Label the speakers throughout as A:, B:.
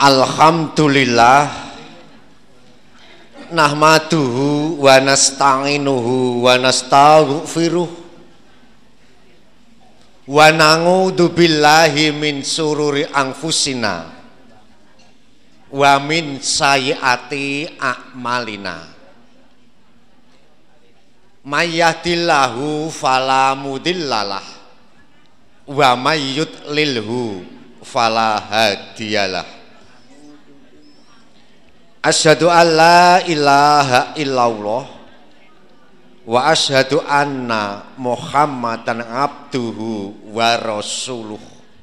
A: Alhamdulillah nahmaduhu wa nasta'inuhu wa nastaghfiruh wa na'udzu billahi min sururi anfusina wa min sayyiati a'malina. May yahdihillahu fala mudhillalah wa may yudlilhu fala hadiyalah. Asyhadu an la ilaha illallah wa asyhadu anna Muhammadan abduhu wa rasuluh.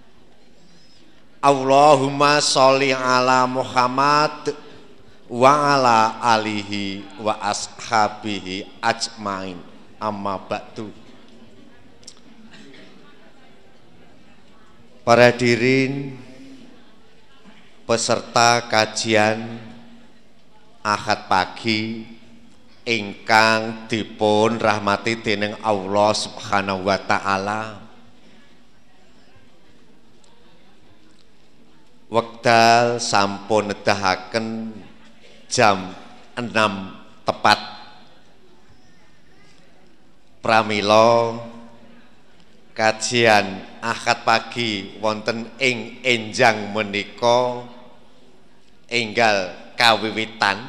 A: Allahumma sholli ala Muhammad wa ala alihi wa ashabihi ajmain. Amma ba'du. Para hadirin peserta kajian Ahad pagi ingkang dipun rahmati dening Allah Subhanahu wa taala. Wekdal sampun nedahaken jam 6 tepat. Pramila kajian Ahad pagi wonten ing enjang menika enggal kawiwitan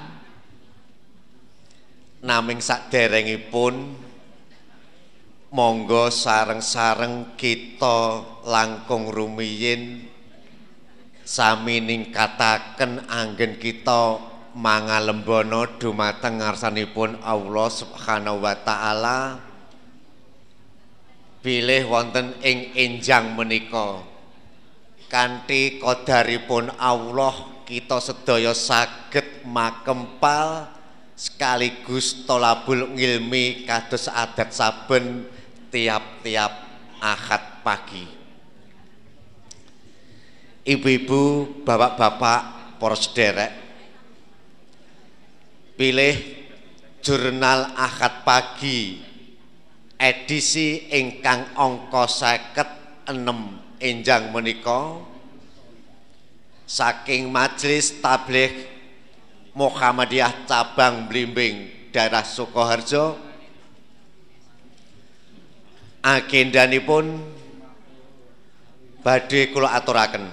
A: naming saderengipun monggo sareng-sareng kita langkung rumiyin sami ningkataken anggen kita mangalembono dumateng ngarsanipun Allah Subhanahu wa taala bilih wonten ing enjang menika kanthi qadaripun Allah kita sedaya saged makempal sekaligus tolabul ngilmi kados adat saben tiap-tiap Ahad pagi. Ibu-ibu, bapak-bapak, para sederek, pilih jurnal Ahad pagi edisi ingkang angka 56 enjang menika saking Majelis Tabligh Muhammadiyah cabang Blimbing daerah Sukoharjo. Agendanipun badhe kula aturaken.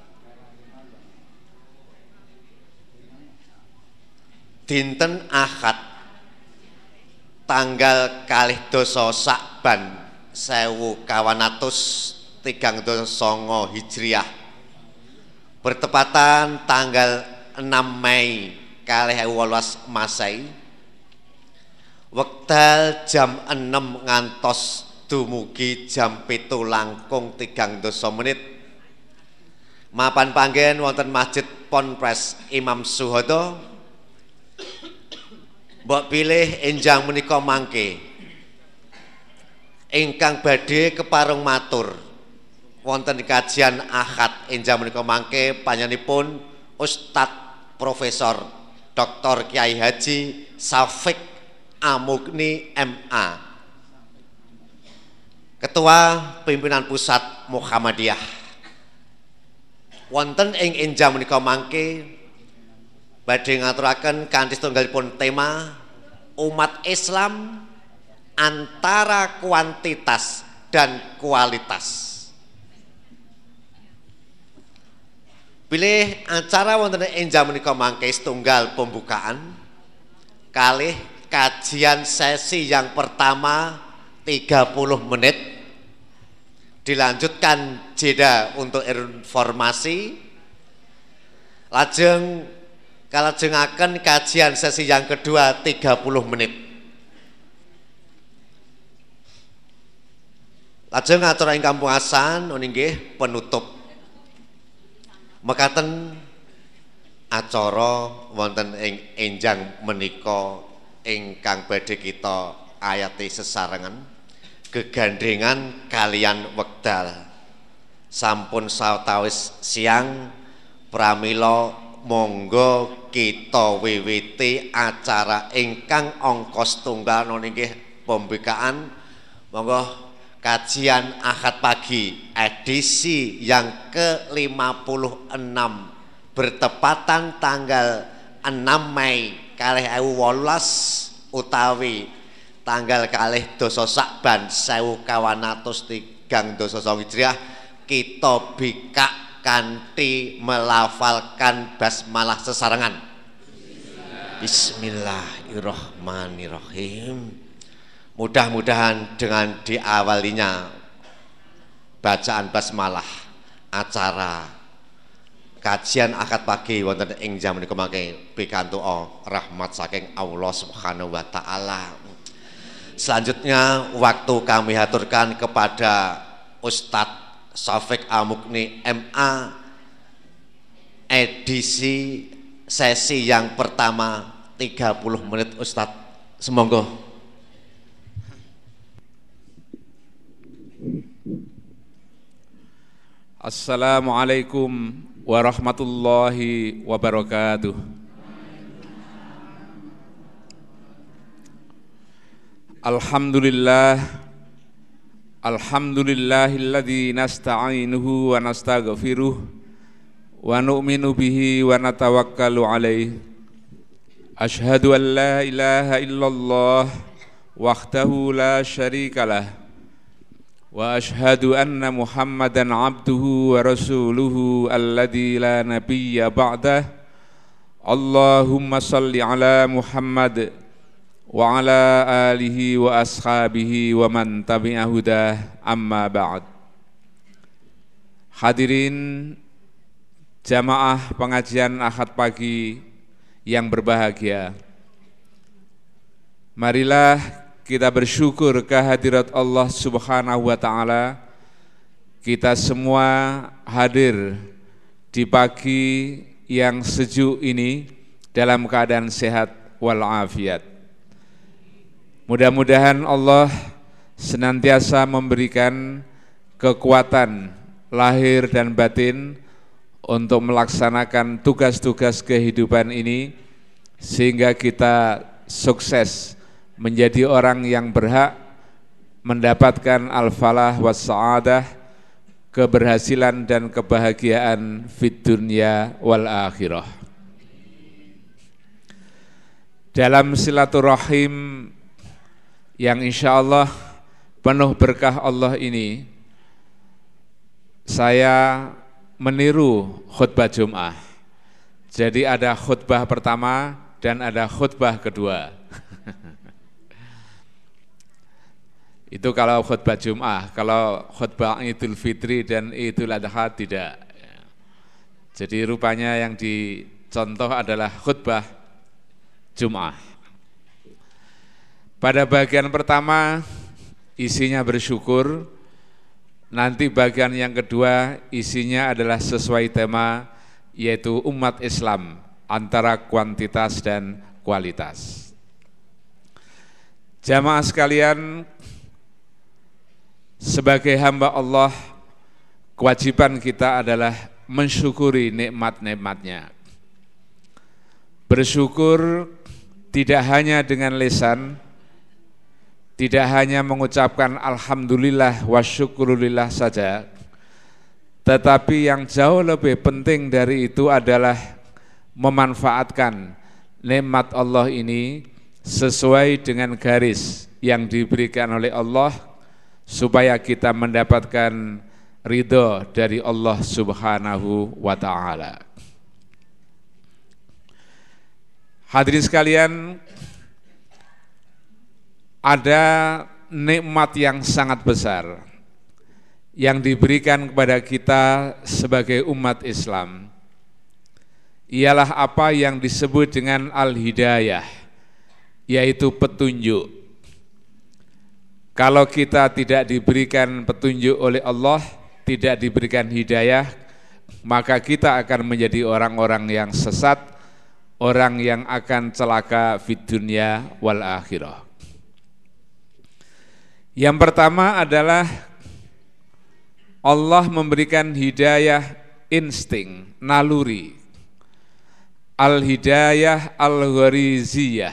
A: Dinten Ahad tanggal 2 Sa'ban 1439 Hijriah bertepatan tanggal 6 Mei 2018 Masehi, wekdal jam 6 ngantos dumugi jam 7 langkung 3 menit mapan panggen wonten Masjid Ponpes Imam Suhodo. Mbok pilih enjang menika mangke ingkang badhe kepareng matur wonten kajian Ahad enjang menika mangke panjenenganipun Ustadz Profesor Dr. Kiai Haji Syafiq Amugni MA, Ketua Pimpinan Pusat Muhammadiyah. Wonten ing enjang menika mangke badhe ngaturaken kanthi setunggalipun tema umat Islam antara kuantitas dan kualitas. Pilih acara wonten enjang menika mangke setunggal pembukaan kalih kajian sesi yang pertama 30 menit dilanjutkan jeda untuk informasi lajeng kalajengaken kajian sesi yang kedua 30 menit lajeng acara ingkang puasan nggih penutup. Mekaten acara wonten ing enjang menika ingkang badhe kita ayati sesarengan gegandhengan kalian wekdal sampun sawetawis siang pramila monggo kita wiwiti acara ingkang angka setunggal nggih pembukaan monggo kajian Ahad pagi edisi yang ke-56 bertepatan tanggal 6 Mei 2018 utawi tanggal kalih doso Sakban 1439 Hijriah kita bikak kanthi melafalkan basmalah sesarengan. Bismillahirrahmanirrahim. Mudah-mudahan dengan diawalinya bacaan basmalah acara kajian akad pagi wonten ing jam menika mangke pikantuk rahmat saking Allah Subhanahu wa taala. Selanjutnya waktu kami haturkan kepada Ustadz Syafiq Amukni MA edisi sesi yang pertama 30 menit Ustadz, semonggo.
B: Assalamualaikum warahmatullahi wabarakatuh. Alhamdulillahilladzi nasta'inuhu wa nastaghfiruh wa nu'minu bihi wa natawakkalu alaih. Ashhadu an la ilaha illallah wahdahu la syarikalah wa ashhadu anna Muhammadan abduhu wa rasuluhu alladzi la nabiyya ba'dah. Allahumma salli ala Muhammad wa ala alihi wa ashabihi wa man tabi'a hudah, amma ba'd. Hadirin jamaah pengajian Ahad pagi yang berbahagia, marilah kita bersyukur kehadirat Allah Subhanahu wa taala. Kita semua hadir di pagi yang sejuk ini dalam keadaan sehat walafiat. Mudah-mudahan Allah senantiasa memberikan kekuatan lahir dan batin untuk melaksanakan tugas-tugas kehidupan ini, sehingga kita sukses menjadi orang yang berhak mendapatkan al-falah was sa'adah, keberhasilan dan kebahagiaan fid dunya wal akhirah. Dalam silaturahim yang insya Allah penuh berkah Allah ini, saya meniru khutbah Jum'ah. Jadi ada khutbah pertama dan ada khutbah kedua. Itu kalau khutbah Jum'ah. Kalau khutbah Idul Fitri dan Idul Adha tidak. Jadi rupanya yang dicontoh adalah khutbah Jum'ah. Pada bagian pertama isinya bersyukur. Nanti bagian yang kedua isinya adalah sesuai tema, yaitu umat Islam antara kuantitas dan kualitas. Jamaah sekalian, sebagai hamba Allah, kewajiban kita adalah mensyukuri nikmat-nikmatnya. Bersyukur tidak hanya dengan lisan, tidak hanya mengucapkan alhamdulillah wa syukurillah saja, tetapi yang jauh lebih penting dari itu adalah memanfaatkan nikmat Allah ini sesuai dengan garis yang diberikan oleh Allah, supaya kita mendapatkan ridho dari Allah Subhanahu wa ta'ala. Hadirin sekalian, ada nikmat yang sangat besar yang diberikan kepada kita sebagai umat Islam. Ialah apa yang disebut dengan al-hidayah, yaitu petunjuk. Kalau kita tidak diberikan petunjuk oleh Allah, tidak diberikan hidayah, maka kita akan menjadi orang-orang yang sesat, orang yang akan celaka fid dunya wal akhirah. Yang pertama adalah Allah memberikan hidayah insting, naluri. Al-hidayah al-ghariziyah.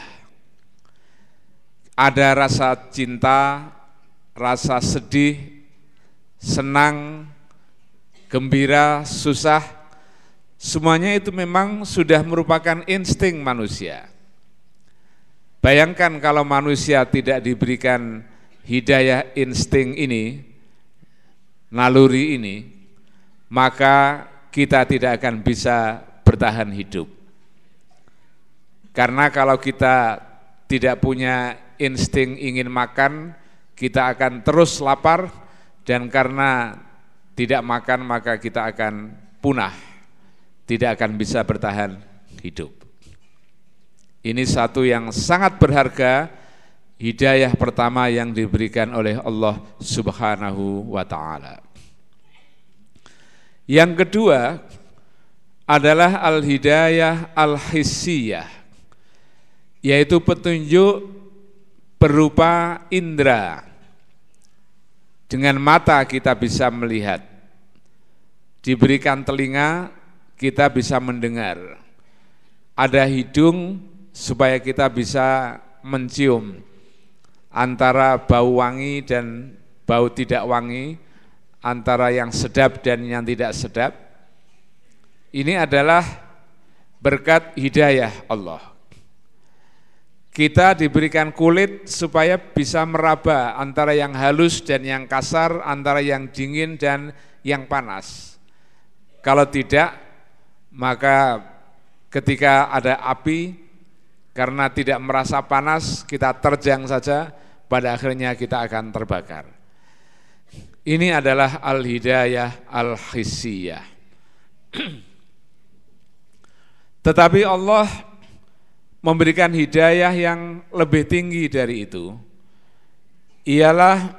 B: Ada rasa cinta, rasa sedih, senang, gembira, susah, Semuanya itu memang sudah merupakan insting manusia. Bayangkan kalau manusia tidak diberikan hidayah insting ini, naluri ini, maka kita tidak akan bisa bertahan hidup. Karena kalau kita tidak punya insting ingin makan, kita akan terus lapar, dan karena tidak makan maka kita akan punah, tidak akan bisa bertahan hidup. Ini satu yang sangat berharga, hidayah pertama yang diberikan oleh Allah Subhanahu wa ta'ala. Yang kedua adalah al-hidayah al-hissiyah, yaitu petunjuk berupa indera. Dengan mata kita bisa melihat, diberikan telinga kita bisa mendengar, ada hidung supaya kita bisa mencium antara bau wangi dan bau tidak wangi, antara yang sedap dan yang tidak sedap. Ini adalah berkat hidayah Allah. Kita diberikan kulit supaya bisa meraba antara yang halus dan yang kasar, antara yang dingin dan yang panas. Kalau tidak, maka ketika ada api, karena tidak merasa panas, kita terjang saja, pada akhirnya kita akan terbakar. Ini adalah al-hidayah al-hissiyah. Tetapi Allah memberikan hidayah yang lebih tinggi dari itu, ialah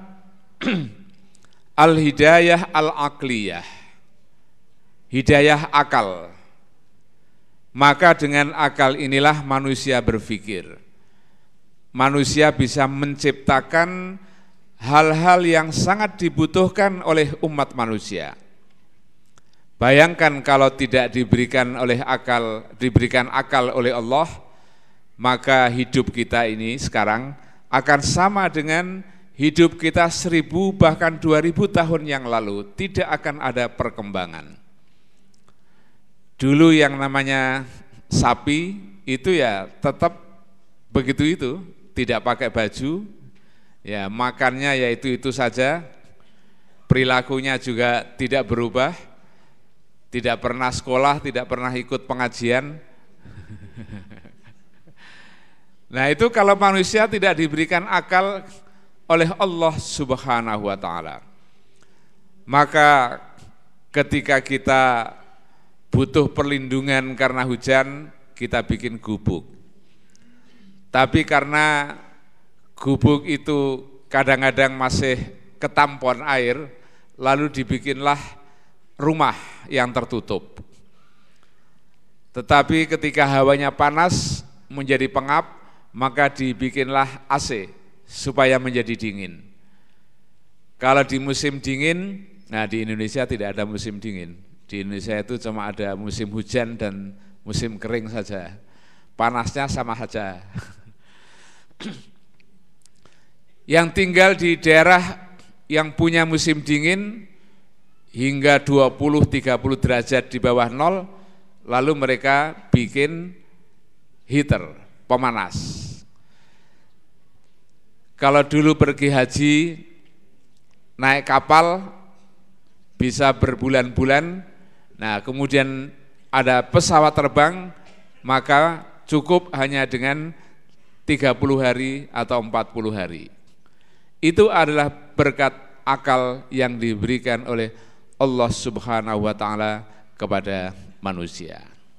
B: al-hidayah al-aqliyah, hidayah akal. Maka dengan akal inilah manusia berpikir. Manusia bisa menciptakan hal-hal yang sangat dibutuhkan oleh umat manusia. Bayangkan kalau tidak diberikan akal oleh Allah, maka hidup kita ini sekarang akan sama dengan hidup kita 1000 bahkan 2000 tahun yang lalu, tidak akan ada perkembangan. Dulu yang namanya sapi itu ya tetap begitu itu, tidak pakai baju, ya makannya ya itu saja, perilakunya juga tidak berubah, tidak pernah sekolah, tidak pernah ikut pengajian. Nah itu kalau manusia tidak diberikan akal oleh Allah Subhanahu wa ta'ala, maka ketika kita butuh perlindungan karena hujan, kita bikin gubuk. Tapi karena gubuk itu kadang-kadang masih ketampon air, lalu dibikinlah rumah yang tertutup. Tetapi ketika hawanya panas menjadi pengap, maka dibikinlah AC supaya menjadi dingin. Kalau di musim dingin, nah di Indonesia tidak ada musim dingin. Di Indonesia itu cuma ada musim hujan dan musim kering saja. Panasnya sama saja. Yang tinggal di daerah yang punya musim dingin hingga 20-30 derajat di bawah nol, lalu mereka bikin heater, pemanas. Kalau dulu pergi haji, naik kapal, bisa berbulan-bulan. Nah, kemudian ada pesawat terbang, maka cukup hanya dengan 30 hari atau 40 hari. Itu adalah berkat akal yang diberikan oleh Allah Subhanahu wa ta'ala kepada manusia.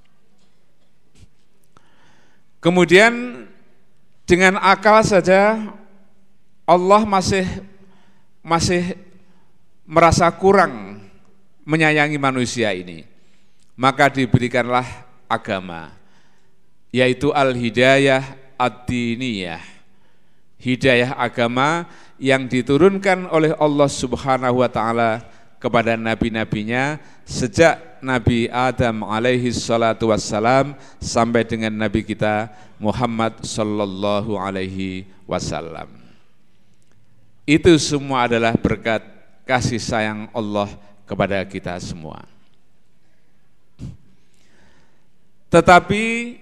B: Kemudian dengan akal saja Allah masih merasa kurang menyayangi manusia ini, maka diberikanlah agama, yaitu al-hidayah ad-diniyah, hidayah agama yang diturunkan oleh Allah Subhanahu wa ta'ala kepada nabi-nabinya sejak Nabi Adam alaihi salatu wassalam sampai dengan Nabi kita Muhammad sallallahu alaihi wasallam. Itu semua adalah berkat kasih sayang Allah kepada kita semua. Tetapi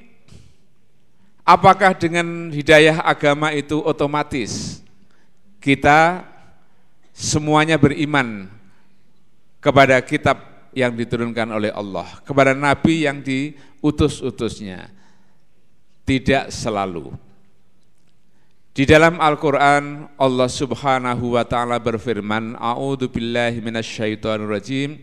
B: apakah dengan hidayah agama itu otomatis kita semuanya beriman kepada kitab yang diturunkan oleh Allah, kepada nabi yang diutus-utusnya? Tidak selalu. Di dalam Al-Quran Allah subhanahu wa ta'ala berfirman, A'udzu billahi minasyaitonir rajim,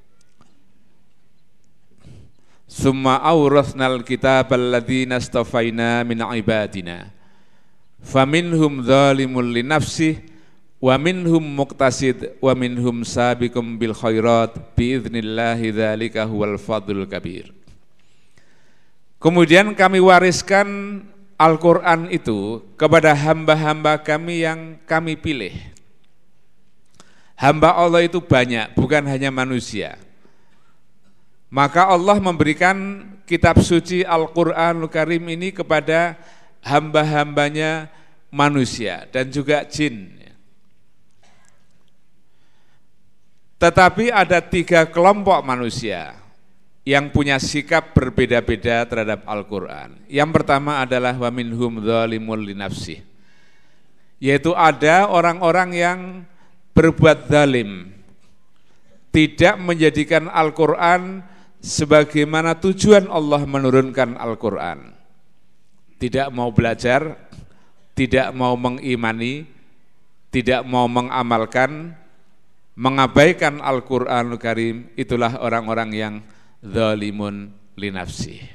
B: Summa awrathnal kitabal ladzina astafaina min ibadina faminhum dzalimun li nafsihi wa minhum muqtasid wa minhum sabiqum bil khairat biidznillahi dzalika huwal fadlul kabir. Kemudian kami wariskan Al-Quran itu kepada hamba-hamba kami yang kami pilih. Hamba Allah itu banyak, bukan hanya manusia. Maka Allah memberikan kitab suci Al-Quranul Karim ini kepada hamba-hambanya manusia dan juga jin. Tetapi ada 3 kelompok manusia yang punya sikap berbeda-beda terhadap Al-Quran. Yang pertama adalah wa minhum dzalimun li nafsihi, yaitu ada orang-orang yang berbuat zalim, tidak menjadikan Al-Quran sebagaimana tujuan Allah menurunkan Al-Quran. Tidak mau belajar, tidak mau mengimani, tidak mau mengamalkan, mengabaikan Al-Quranul Karim. Itulah orang-orang yang dzalimun li nafsihi.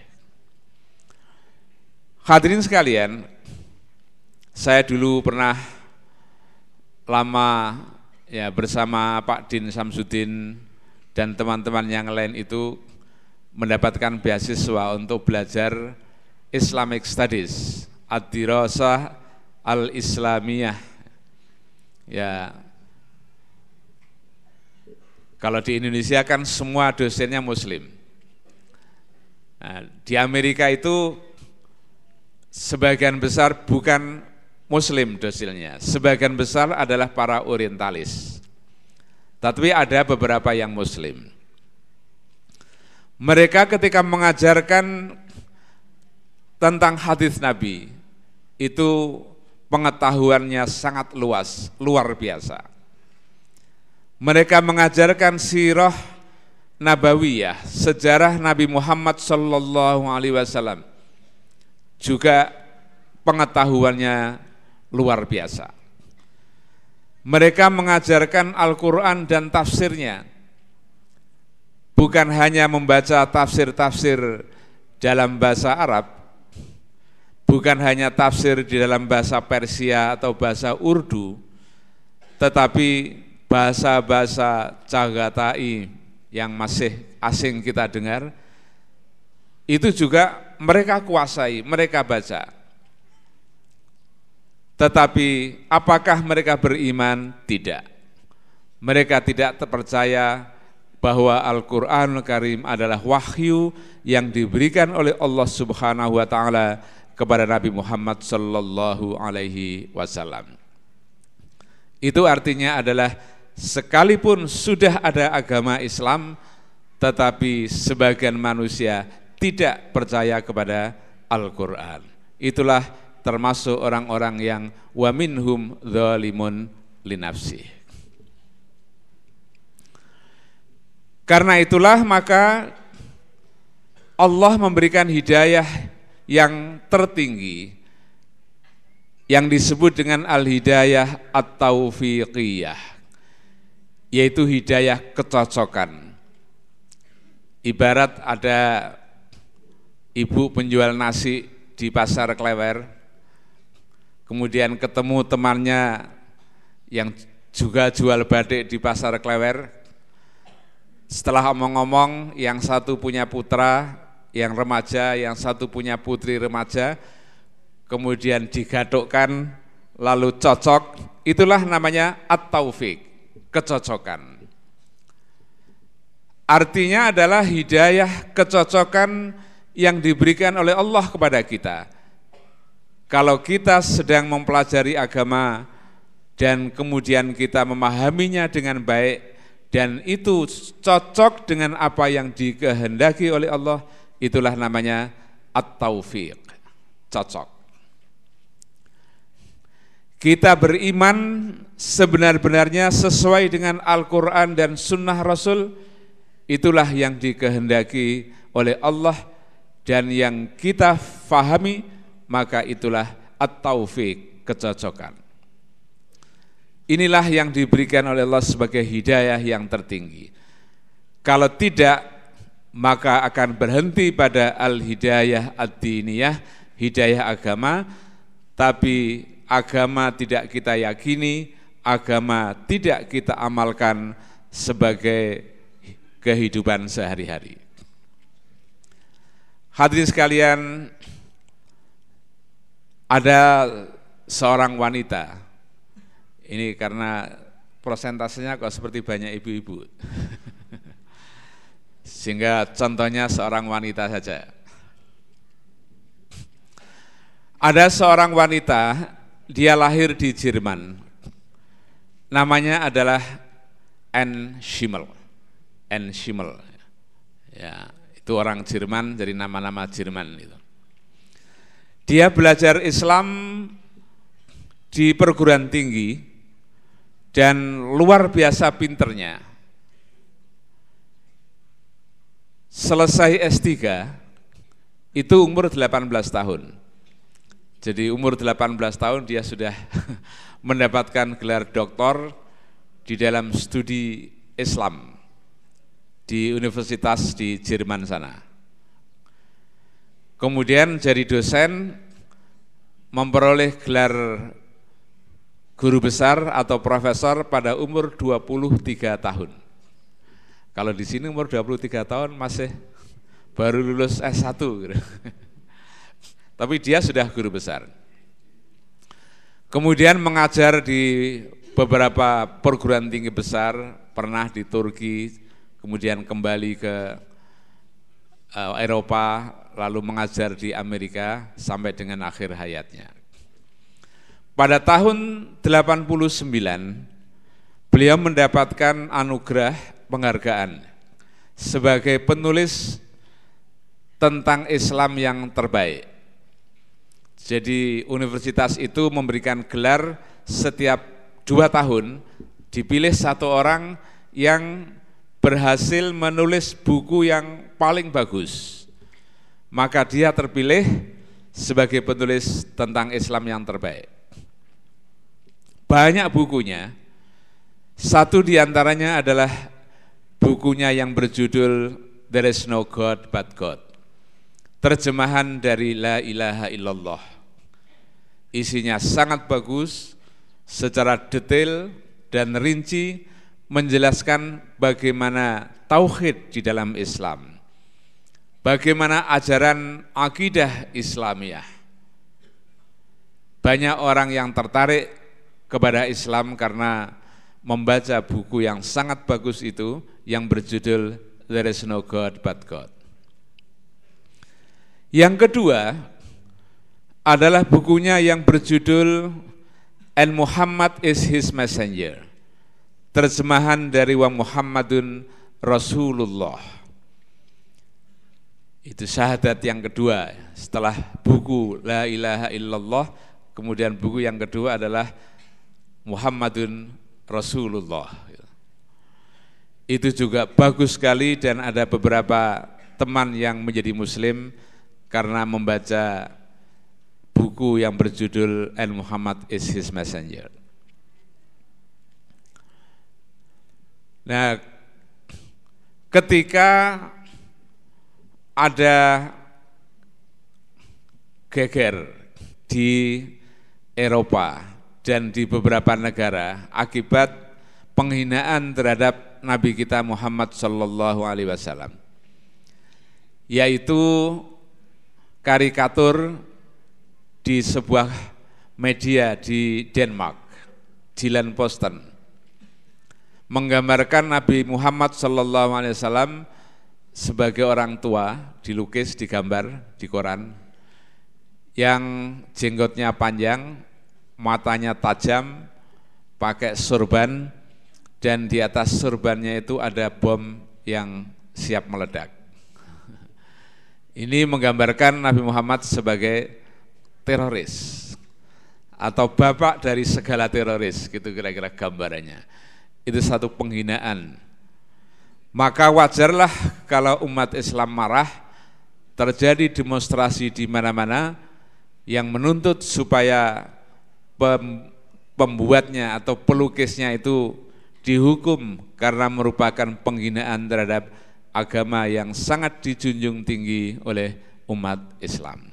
B: Hadirin sekalian, saya dulu pernah lama bersama Pak Din Samsudin dan teman-teman yang lain itu mendapatkan beasiswa untuk belajar Islamic Studies, Ad-Dirasah Al-Islamiyah. Ya, kalau di Indonesia kan semua dosennya Muslim. Nah, di Amerika itu sebagian besar bukan Muslim dosennya, sebagian besar adalah para orientalis. Tapi ada beberapa yang Muslim. Mereka ketika mengajarkan tentang hadis Nabi, itu pengetahuannya sangat luas, luar biasa. Mereka mengajarkan sirah nabawiyah, sejarah Nabi Muhammad SAW, juga pengetahuannya luar biasa. Mereka mengajarkan Al-Quran dan tafsirnya, bukan hanya membaca tafsir-tafsir dalam bahasa Arab, bukan hanya tafsir di dalam bahasa Persia atau bahasa Urdu, tetapi bahasa-bahasa Cagatai yang masih asing kita dengar, itu juga mereka kuasai, mereka baca. Tetapi apakah mereka beriman? Tidak. Mereka tidak percaya bahwa Al-Quranul Karim adalah wahyu yang diberikan oleh Allah Subhanahu wa Ta'ala kepada Nabi Muhammad Sallallahu Alaihi Wasallam. Itu artinya adalah sekalipun sudah ada agama Islam, tetapi sebagian manusia tidak percaya kepada Al-Quran. Itulah termasuk orang-orang yang wa minhum dzalimun li nafsihi. Karena itulah maka Allah memberikan hidayah yang tertinggi yang disebut dengan al-hidayah at-taufiqiyah, yaitu hidayah kecocokan. Ibarat ada ibu penjual nasi di pasar Klewer, kemudian ketemu temannya yang juga jual badik di pasar Klewer. Setelah omong-omong, yang satu punya putra yang remaja, yang satu punya putri remaja, kemudian digadukkan lalu cocok, itulah namanya at-taufiq, kecocokan. Artinya adalah hidayah kecocokan yang diberikan oleh Allah kepada kita. Kalau kita sedang mempelajari agama dan kemudian kita memahaminya dengan baik dan itu cocok dengan apa yang dikehendaki oleh Allah, itulah namanya at-taufiq, cocok. Kita beriman sebenar-benarnya sesuai dengan Al-Quran dan Sunnah Rasul, itulah yang dikehendaki oleh Allah dan yang kita fahami, maka itulah at-taufiq, kecocokan. Inilah yang diberikan oleh Allah sebagai hidayah yang tertinggi. Kalau tidak, maka akan berhenti pada al-hidayah ad-diniyah, hidayah agama, tapi agama tidak kita yakini, agama tidak kita amalkan sebagai kehidupan sehari-hari. Hadirin sekalian, ada seorang wanita, ini karena prosentasenya kok seperti banyak ibu-ibu, sehingga contohnya seorang wanita saja. Ada seorang wanita, dia lahir di Jerman, namanya adalah Anne Schimmel. Anne Schimmel, ya, itu orang Jerman, jadi nama-nama Jerman itu. Dia belajar Islam di perguruan tinggi dan luar biasa pinternya. Selesai S3 itu umur 18 tahun. Jadi umur 18 tahun dia sudah mendapatkan gelar doktor di dalam studi Islam di universitas di Jerman sana. Kemudian jadi dosen, memperoleh gelar guru besar atau profesor pada umur 23 tahun. Kalau di sini umur 23 tahun masih baru lulus S1 gitu. Tapi dia sudah guru besar. Kemudian mengajar di beberapa perguruan tinggi besar, pernah di Turki, kemudian kembali ke Eropa, lalu mengajar di Amerika sampai dengan akhir hayatnya. Pada tahun 89, beliau mendapatkan anugerah penghargaan sebagai penulis tentang Islam yang terbaik. Jadi universitas itu memberikan gelar setiap 2 tahun, dipilih satu orang yang berhasil menulis buku yang paling bagus. Maka dia terpilih sebagai penulis tentang Islam yang terbaik. Banyak bukunya, satu diantaranya adalah bukunya yang berjudul There is no God but God. Terjemahan dari La ilaha illallah. Isinya sangat bagus, secara detail dan rinci menjelaskan bagaimana tauhid di dalam Islam, bagaimana ajaran akidah Islamiyah. Banyak orang yang tertarik kepada Islam karena membaca buku yang sangat bagus itu yang berjudul There is no God but God. Yang kedua adalah bukunya yang berjudul And Muhammad is His Messenger. Terjemahan dari Wa Muhammadun Rasulullah. Itu syahadat yang kedua setelah buku La ilaha illallah, kemudian buku yang kedua adalah Muhammadun Rasulullah. Itu juga bagus sekali dan ada beberapa teman yang menjadi muslim karena membaca buku yang berjudul And Muhammad is His Messenger. Nah, ketika ada geger di Eropa dan di beberapa negara akibat penghinaan terhadap Nabi kita Muhammad sallallahu alaihi wasallam, yaitu karikatur di sebuah media di Denmark, Jyllands-Posten, menggambarkan Nabi Muhammad sallallahu alaihi wasallam sebagai orang tua, dilukis, digambar di koran, yang jenggotnya panjang, matanya tajam, pakai surban, dan di atas surbannya itu ada bom yang siap meledak. Ini menggambarkan Nabi Muhammad sebagai teroris atau bapak dari segala teroris, gitu kira-kira gambarannya. Itu satu penghinaan. Maka wajarlah kalau umat Islam marah, terjadi demonstrasi di mana-mana yang menuntut supaya pembuatnya atau pelukisnya itu dihukum karena merupakan penghinaan terhadap agama yang sangat dijunjung tinggi oleh umat Islam.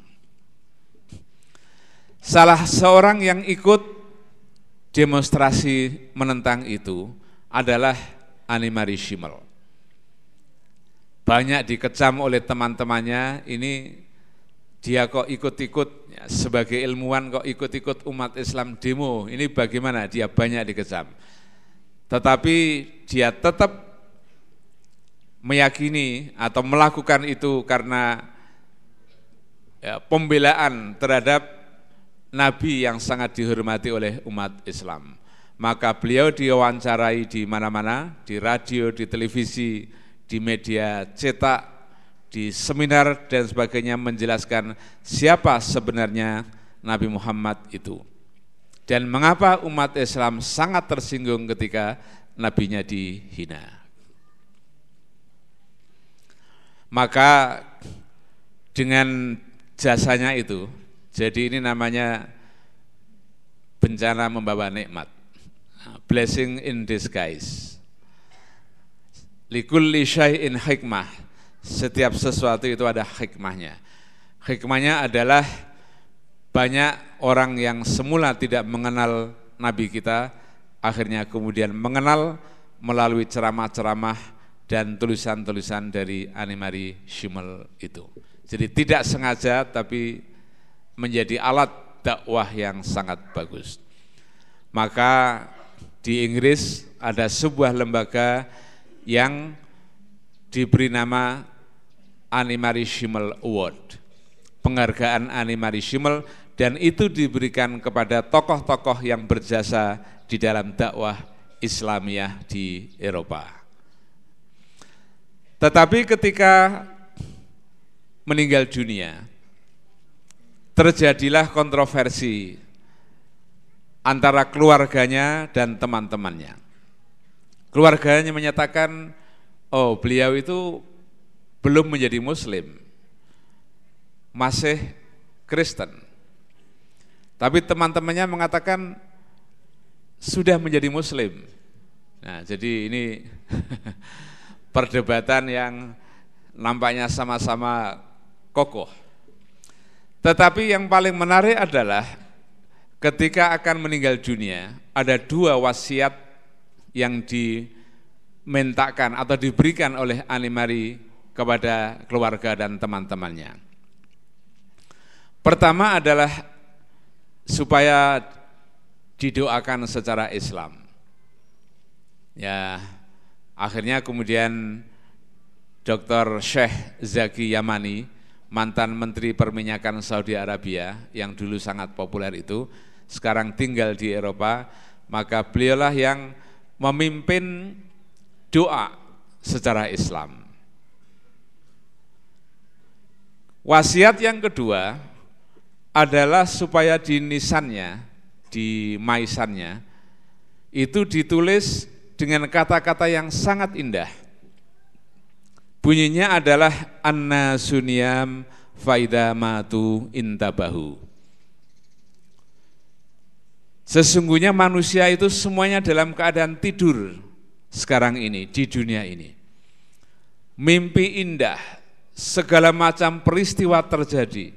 B: Salah seorang yang ikut demonstrasi menentang itu adalah Annemarie Schimmel. Banyak dikecam oleh teman-temannya, ini dia kok ikut-ikut, ya, sebagai ilmuwan kok ikut-ikut umat Islam demo, ini bagaimana? Dia banyak dikecam. Tetapi dia tetap meyakini atau melakukan itu karena ya, pembelaan terhadap Nabi yang sangat dihormati oleh umat Islam. Maka beliau diwawancarai di mana-mana, di radio, di televisi, di media cetak, di seminar dan sebagainya, menjelaskan siapa sebenarnya Nabi Muhammad itu. Dan mengapa umat Islam sangat tersinggung ketika nabinya dihina. Maka dengan jasanya itu, jadi ini namanya bencana membawa nikmat, blessing in disguise. Likulli syai'in hikmah, setiap sesuatu itu ada hikmahnya. Hikmahnya adalah banyak orang yang semula tidak mengenal Nabi kita, akhirnya kemudian mengenal melalui ceramah-ceramah dan tulisan-tulisan dari Annemarie Schimmel itu. Jadi tidak sengaja tapi menjadi alat dakwah yang sangat bagus. Maka di Inggris ada sebuah lembaga yang diberi nama Annemarie Schimmel Award, penghargaan Annemarie Schimmel, dan itu diberikan kepada tokoh-tokoh yang berjasa di dalam dakwah Islamiyah di Eropa. Tetapi ketika meninggal dunia, terjadilah kontroversi antara keluarganya dan teman-temannya. Keluarganya menyatakan, oh beliau itu belum menjadi Muslim, masih Kristen. Tapi teman-temannya mengatakan sudah menjadi Muslim. Nah, jadi ini perdebatan yang nampaknya sama-sama kokoh. Tetapi yang paling menarik adalah ketika akan meninggal dunia, ada dua wasiat yang dimintakan atau diberikan oleh Annemarie kepada keluarga dan teman-temannya. Pertama adalah supaya didoakan secara Islam. Ya, akhirnya kemudian Dr. Syekh Zaki Yamani, mantan Menteri Perminyakan Saudi Arabia yang dulu sangat populer itu, sekarang tinggal di Eropa, maka beliaulah yang memimpin doa secara Islam. Wasiat yang kedua adalah supaya di nisannya, di maisannya, itu ditulis dengan kata-kata yang sangat indah. Bunyinya adalah an-nasu niyam faida matu intabahu. Sesungguhnya manusia itu semuanya dalam keadaan tidur sekarang ini, di dunia ini. Mimpi indah, segala macam peristiwa terjadi.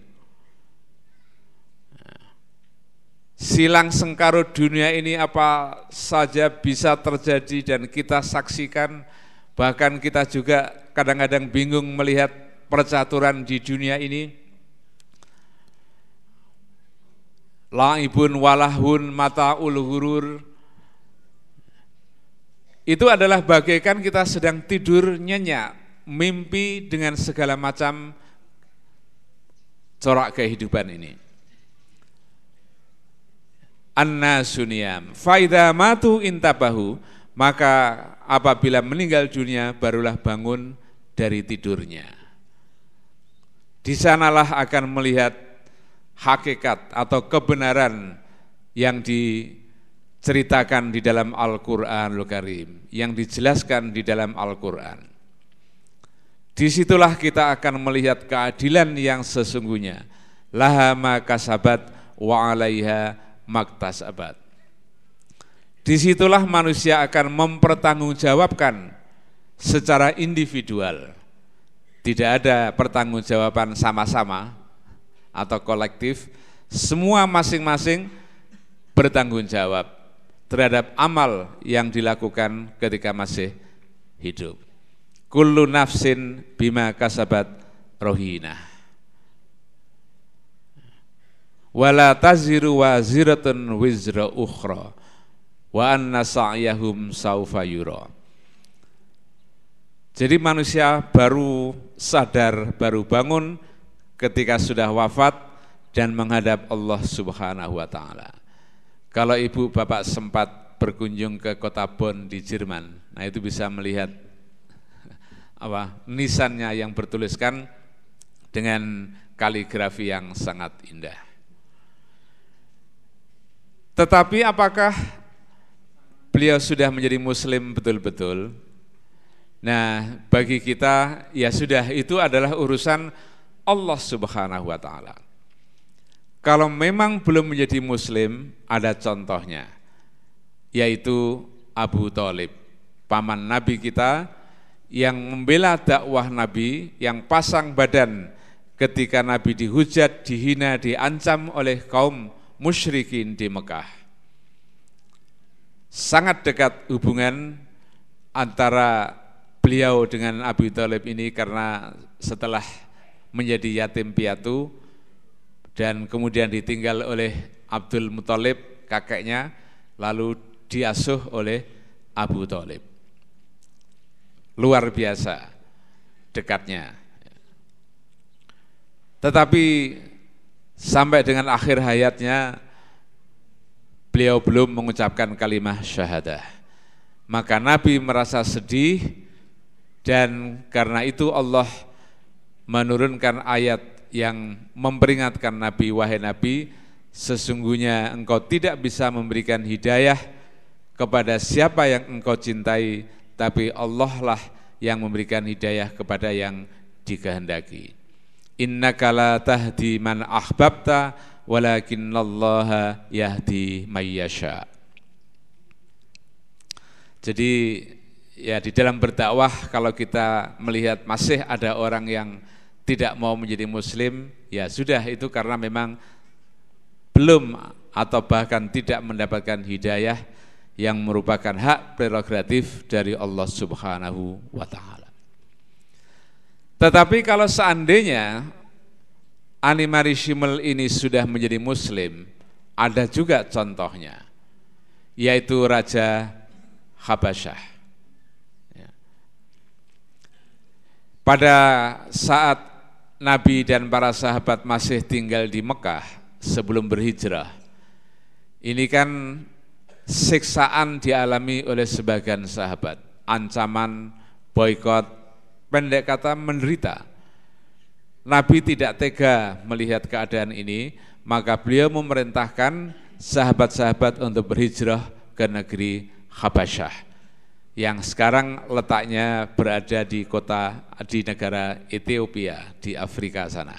B: Silang sengkarut dunia ini apa saja bisa terjadi dan kita saksikan, bahkan kita juga kadang-kadang bingung melihat percaturan di dunia ini. La'ibun walahun mata'ul hurur. Itu adalah bagaikan kita sedang tidur nyenyak, mimpi dengan segala macam corak kehidupan ini. An-nasu niyam faida matu intabahu, maka apabila meninggal dunia barulah bangun dari tidurnya. Di sanalah akan melihat hakikat atau kebenaran yang diceritakan di dalam Al-Qur'anul Karim, yang dijelaskan di dalam Al-Qur'an. Disitulah kita akan melihat keadilan yang sesungguhnya. Laha ma kasabat wa 'alaiha maktasabat. Disitulah manusia akan mempertanggungjawabkan secara individual. Tidak ada pertanggungjawaban sama-sama atau kolektif, semua masing-masing bertanggung jawab terhadap amal yang dilakukan ketika masih hidup. Kullu nafsin bima kasabat rohina. Wala taziru waziratun wizra ukhra wa anna sa'yahum saufa yura. Jadi manusia baru sadar, baru bangun ketika sudah wafat dan menghadap Allah Subhanahu wa taala. Kalau ibu bapak sempat berkunjung ke kota Bonn di Jerman, nah itu bisa melihat nisannya yang bertuliskan dengan kaligrafi yang sangat indah. Tetapi apakah beliau sudah menjadi muslim betul-betul? Nah, bagi kita ya sudah, itu adalah urusan Allah Subhanahu wa taala. Kalau memang belum menjadi muslim, ada contohnya, yaitu Abu Thalib, paman Nabi kita yang membela dakwah Nabi, yang pasang badan ketika Nabi dihujat, dihina, diancam oleh kaum musyrikin di Mekah. Sangat dekat hubungan antara beliau dengan Abu Thalib ini, karena setelah menjadi yatim piatu dan kemudian ditinggal oleh Abdul Muthalib kakeknya, lalu diasuh oleh Abu Thalib. Luar biasa dekatnya. Tetapi sampai dengan akhir hayatnya beliau belum mengucapkan kalimat syahadah. Maka Nabi merasa sedih, dan karena itu Allah menurunkan ayat yang memperingatkan Nabi, wahai Nabi, sesungguhnya engkau tidak bisa memberikan hidayah kepada siapa yang engkau cintai, tapi Allah lah yang memberikan hidayah kepada yang dikehendaki. Innaka la tahdi man ahbabta walakinallaha yahdi may yasha. Jadi ya, di dalam berdakwah kalau kita melihat masih ada orang yang tidak mau menjadi muslim, ya sudah, itu karena memang belum atau bahkan tidak mendapatkan hidayah yang merupakan hak prerogatif dari Allah Subhanahu wa taala. Tetapi kalau seandainya Animari Shimel ini sudah menjadi muslim, ada juga contohnya, yaitu Raja Habasyah. Pada saat Nabi dan para sahabat masih tinggal di Mekah sebelum berhijrah, ini kan siksaan dialami oleh sebagian sahabat, ancaman, boikot, pendek kata menderita. Nabi tidak tega melihat keadaan ini, maka beliau memerintahkan sahabat-sahabat untuk berhijrah ke negeri Habasyah, yang sekarang letaknya berada di negara Ethiopia di Afrika sana.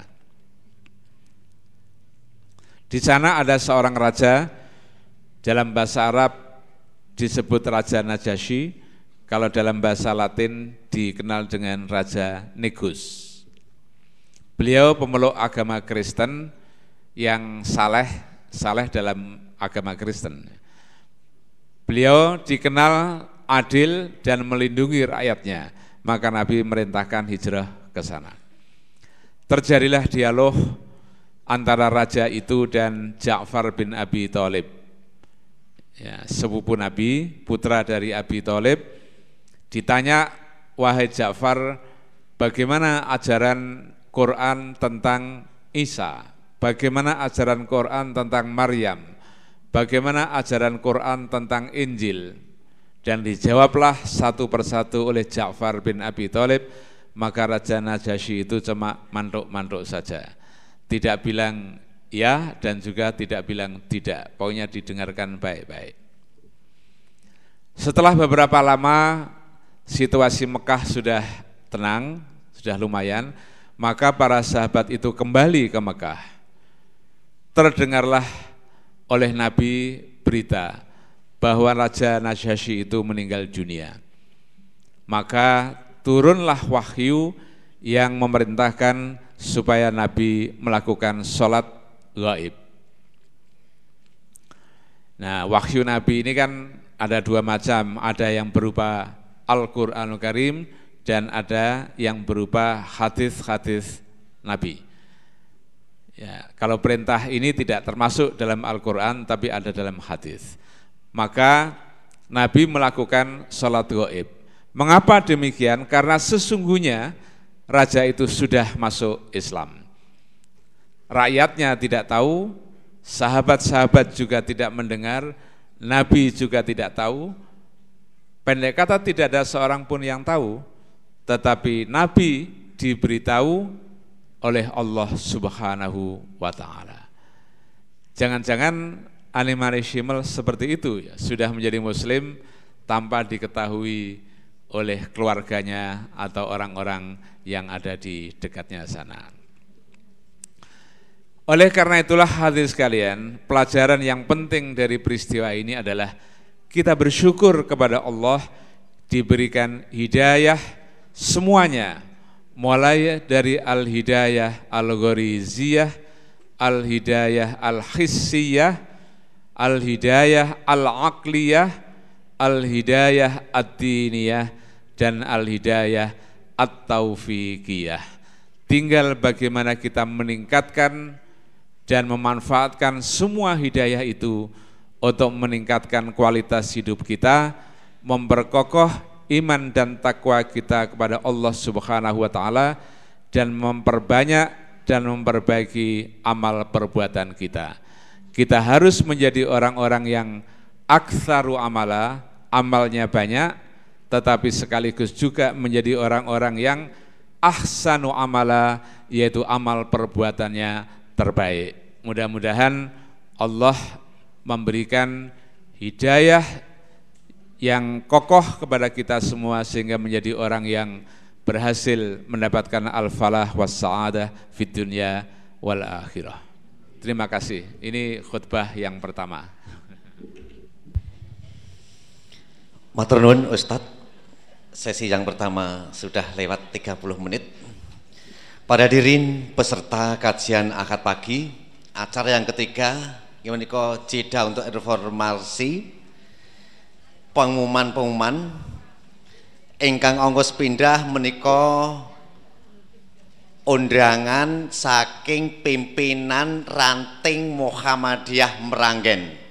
B: Di sana ada seorang raja, dalam bahasa Arab disebut Raja Najasyi, kalau dalam bahasa Latin dikenal dengan Raja Negus. Beliau pemeluk agama Kristen yang saleh dalam agama Kristen. Beliau dikenal adil dan melindungi rakyatnya, maka Nabi merintahkan hijrah ke sana. Terjadilah dialog antara raja itu dan Ja'far bin Abi Thalib, ya, sepupu Nabi, putra dari Abi Thalib. Ditanya, wahai Ja'far, bagaimana ajaran Quran tentang Isa? Bagaimana ajaran Quran tentang Maryam? Bagaimana ajaran Quran tentang Injil? Dan dijawablah satu persatu oleh Ja'far bin Abi Thalib maka Raja Najasyi itu cuma mantuk-mantuk saja. Tidak bilang ya dan juga tidak bilang tidak, pokoknya didengarkan baik-baik. Setelah beberapa lama situasi Mekah sudah tenang, sudah lumayan, maka para sahabat itu kembali ke Mekah. Terdengarlah oleh Nabi berita bahwa Raja Najasyi itu meninggal dunia. Maka turunlah wahyu yang memerintahkan supaya Nabi melakukan sholat gaib. Nah, wahyu Nabi ini kan ada dua macam, ada yang berupa Al-Qur'anul Karim dan ada yang berupa hadis-hadis Nabi. Ya, kalau perintah ini tidak termasuk dalam Al-Qur'an tapi ada dalam hadis. Maka Nabi melakukan sholat gaib. Mengapa demikian? Karena sesungguhnya raja itu sudah masuk Islam. Rakyatnya tidak tahu, sahabat-sahabat juga tidak mendengar, Nabi juga tidak tahu. Pendek kata tidak ada seorang pun yang tahu, tetapi Nabi diberitahu oleh Allah Subhanahu wa Ta'ala. Jangan-jangan Animari Shimel seperti itu ya, sudah menjadi muslim tanpa diketahui oleh keluarganya atau orang-orang yang ada di dekatnya sana. Oleh karena itulah hadirin sekalian, pelajaran yang penting dari peristiwa ini adalah kita bersyukur kepada Allah diberikan hidayah semuanya, mulai dari al-hidayah al-ghoriziyah, al-hidayah al-hissiyah, al-hidayah al-aqliyah, al-hidayah ad-diniyah, dan al-hidayah at-taufiqiyah. Tinggal bagaimana kita meningkatkan dan memanfaatkan semua hidayah itu untuk meningkatkan kualitas hidup kita, memperkokoh iman dan takwa kita kepada Allah Subhanahu wa Ta'ala, dan memperbanyak dan memperbaiki amal perbuatan kita. Kita harus menjadi orang-orang yang aktsaru amala, amalnya banyak, tetapi sekaligus juga menjadi orang-orang yang ahsanu amala, yaitu amal perbuatannya terbaik. Mudah-mudahan Allah memberikan hidayah yang kokoh kepada kita semua sehingga menjadi orang yang berhasil mendapatkan al-falah was sa'adah fid dunya wal akhirah. Terima kasih. Ini khutbah yang pertama.
A: Matur nuwun Ustadz. Sesi yang pertama sudah lewat 30 menit. Para hadirin peserta kajian Ahad pagi, acara yang ketiga menika jeda untuk informasi pengumuman ingkang ongkos pindah menika undangan saking pimpinan ranting Muhammadiyah Meranggen.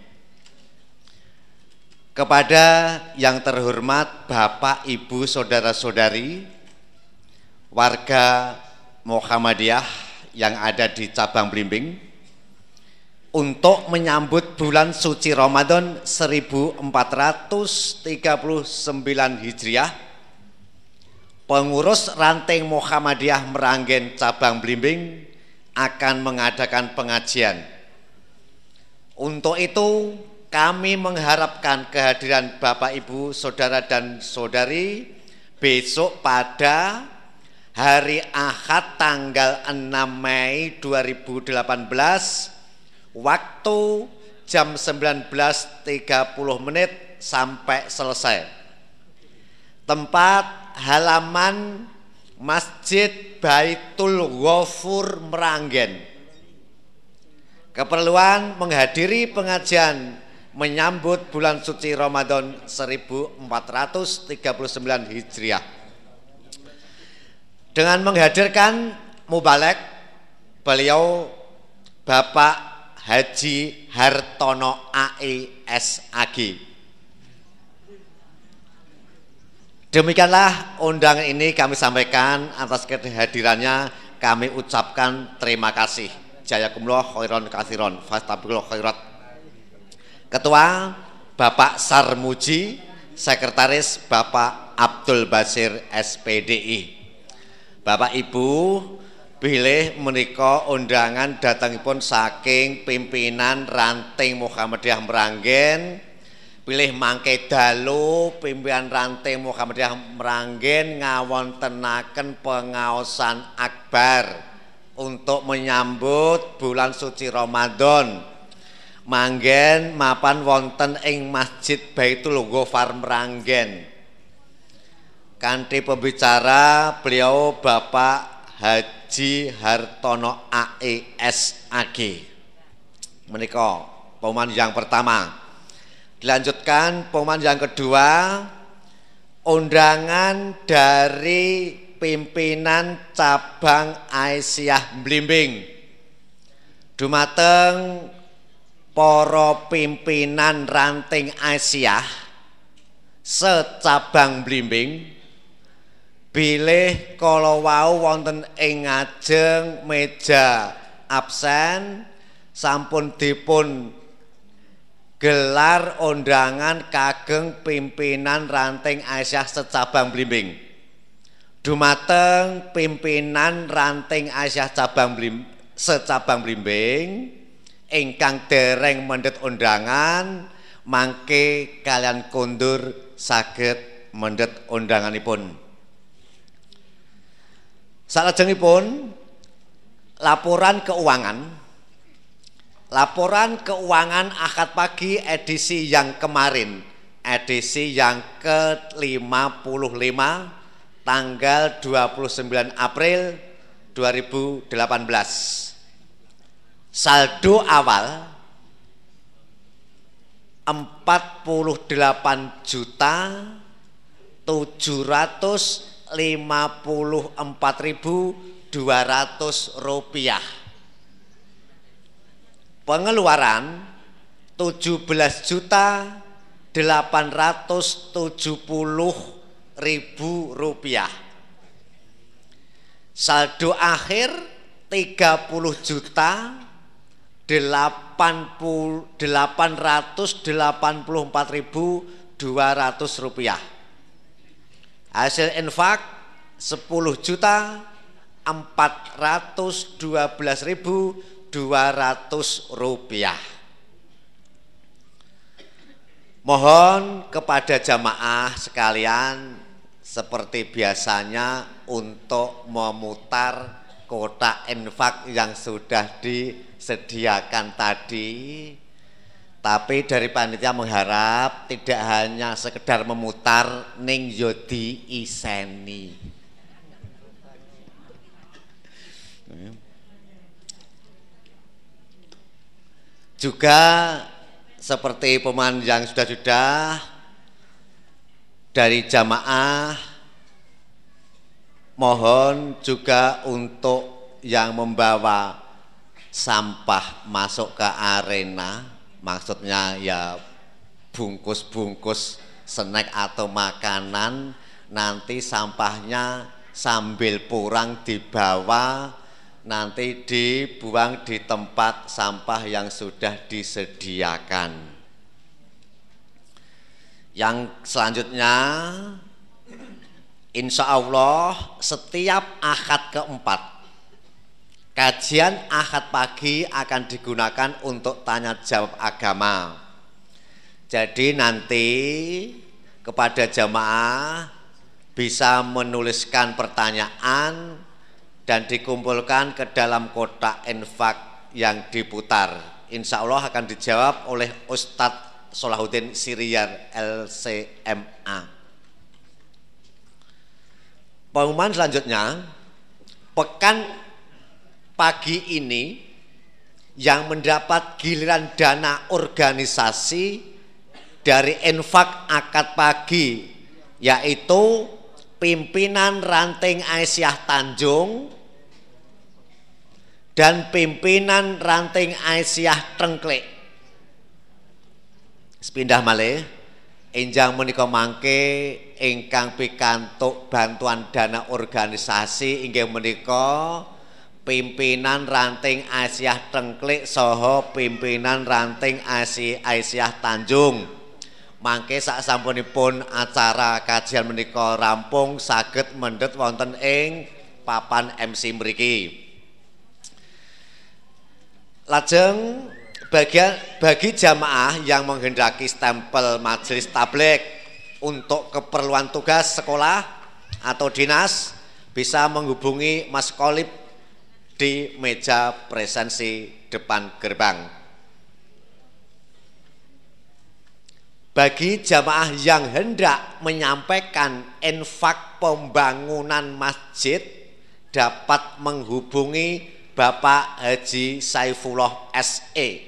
A: Kepada yang terhormat Bapak, Ibu, Saudara-saudari warga Muhammadiyah yang ada di cabang Blimbing, untuk menyambut bulan suci Ramadan 1439 Hijriah, pengurus ranting Muhammadiyah Meranggen cabang Blimbing akan mengadakan pengajian. Untuk itu kami mengharapkan kehadiran Bapak, Ibu, Saudara dan Saudari besok pada hari Ahad tanggal 6 Mei 2018 waktu jam 19.30 sampai selesai. Tempat halaman Masjid Baitul Ghafur Meranggen. Keperluan menghadiri pengajian menyambut bulan suci Ramadan 1439 Hijriah. Dengan menghadirkan mubalek beliau Bapak Haji Hartono AISAG. Demikianlah undangan ini kami sampaikan, atas kehadirannya kami ucapkan terima kasih. Jazakumullah khairan katsiran, fastabiqul khairat. Ketua Bapak Sarmuji, Sekretaris Bapak Abdul Basir SPDI. Bapak Ibu bilih menika undangan datangipun saking pimpinan ranting Muhammadiyah Meranggen, pilih mangke dalu pimpinan ranting Muhammadiyah Meranggen ngawontenaken pengaosan akbar untuk menyambut bulan suci Ramadan. Manggen mapan wonten ing Masjid Baitul Ghofar Meranggen. Kanthi pembicara beliau Bapak Haji Hartono AES AG. Menika pengumuman yang pertama. Dilanjutkan pengumuman yang kedua, undangan dari pimpinan cabang Aisyah Blimbing. Dumateng para pimpinan ranting Aisyah secabang Blimbing bilih kala wau wonten ing ngajeng meja absen sampun dipun gelar undangan kageng pimpinan ranting Aisyah secabang Blimbing. Dumateng pimpinan ranting Aisyah secabang Blimbing ingkang dereng mendhet undangan mangke kalian kundur saged mendhet undanganipun. Salajengipun laporan keuangan. Laporan keuangan Ahad pagi edisi yang kemarin, edisi yang ke-55 tanggal 29 April 2018. Saldo awal 48.754.200 rupiah. Pengeluaran 17.870.000 rupiah. Saldo akhir 30.884.200 rupiah. Hasil infak 10.412.200 rupiah. Mohon kepada jamaah sekalian seperti biasanya untuk memutar kotak infak yang sudah disediakan tadi. Tapi dari panitia mengharap tidak hanya sekedar memutar ning yodi iseni. Juga seperti pemain yang sudah dari jamaah, mohon juga untuk yang membawa sampah masuk ke arena, maksudnya ya bungkus-bungkus snack atau makanan, nanti sampahnya sambil pulang dibawa, nanti dibuang di tempat sampah yang sudah disediakan. Yang selanjutnya, insya Allah setiap Ahad keempat kajian Ahad pagi akan digunakan untuk tanya jawab agama. Jadi nanti kepada jamaah bisa menuliskan pertanyaan dan dikumpulkan ke dalam kotak infak yang diputar. Insya Allah akan dijawab oleh Ustadz Solahuddin Siriyar LCMA. Pengumuman selanjutnya, pekan pagi ini yang mendapat giliran dana organisasi dari infak akad pagi yaitu pimpinan ranting Aisyah Tanjung dan pimpinan ranting Aisyah Trengklek. Sepindah malih enjang menika mangke ingkang pikantuk bantuan dana organisasi inggih menika pimpinan ranting Aisyah Trengklek saha pimpinan ranting Aisyah Tanjung. Mangke sak sampunipun acara kajian menika rampung saged mendhet wonten ing papan MC mriki. Lajeng bagi jamaah yang menghendaki stempel majelis tabligh untuk keperluan tugas sekolah atau dinas bisa menghubungi Mas Kolib di meja presensi depan gerbang. Bagi jamaah yang hendak menyampaikan infak pembangunan masjid dapat menghubungi Bapak Haji Saifullah SE.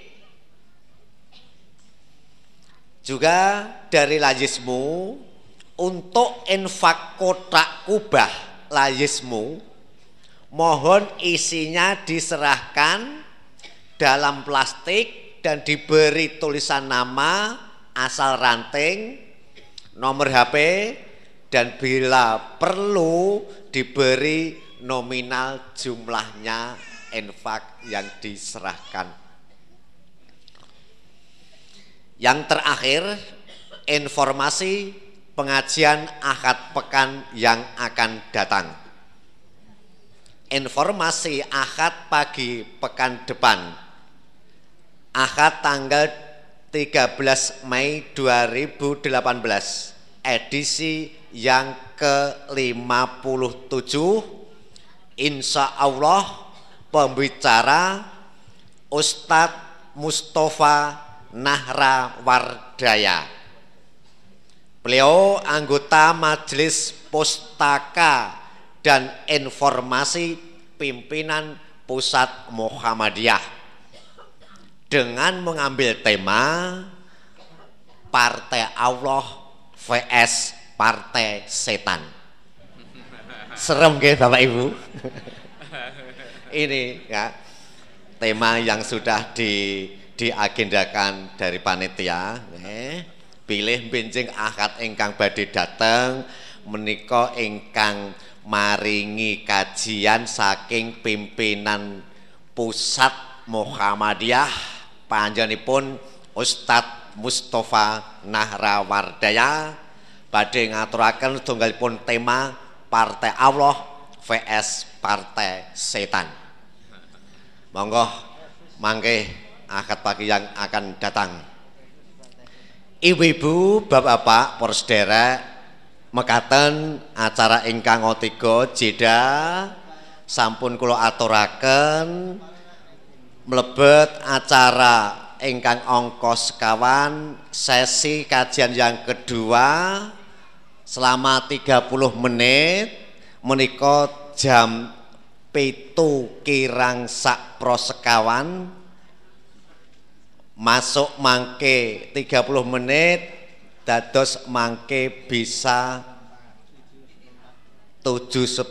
A: Juga dari Layismu untuk infak kotak kubah Layismu, mohon isinya diserahkan dalam plastik dan diberi tulisan nama, asal ranting, nomor HP, dan bila perlu diberi nominal jumlahnya infak yang diserahkan. Yang terakhir, informasi pengajian Ahad pekan yang akan datang. Informasi Ahad pagi pekan depan, Ahad tanggal 13 Mei 2018, edisi yang ke-57. Insya Allah pembicara Ustadz Mustafa Nahrawardaya. Beliau anggota Majelis Pustaka dan Informasi Pimpinan Pusat Muhammadiyah dengan mengambil tema Partai Allah vs Partai Setan. Serem nggih Bapak Ibu? Ini ya tema yang sudah diagendakan dari panitia. Pilih benjing Ahad ingkang badhe dateng menika ingkang maringi kajian saking pimpinan Pusat Muhammadiyah panjenenganipun Ustadz Mustafa Nahrawardaya badhe ngaturaken tunggalipun tema Partai Allah vs Partai Setan. Monggo mangke Ahad pagi yang akan datang. Ibu-ibu, bapak-bapak, para sedherek, mekaten acara ingkang ketiga jeda sampun kula aturaken mlebet acara ingkang angka sekawan sesi kajian yang kedua selama 30 menit menika jam 7 kirang sak prosekawan masuk mangke 30 menit dados mangke bisa 7/4,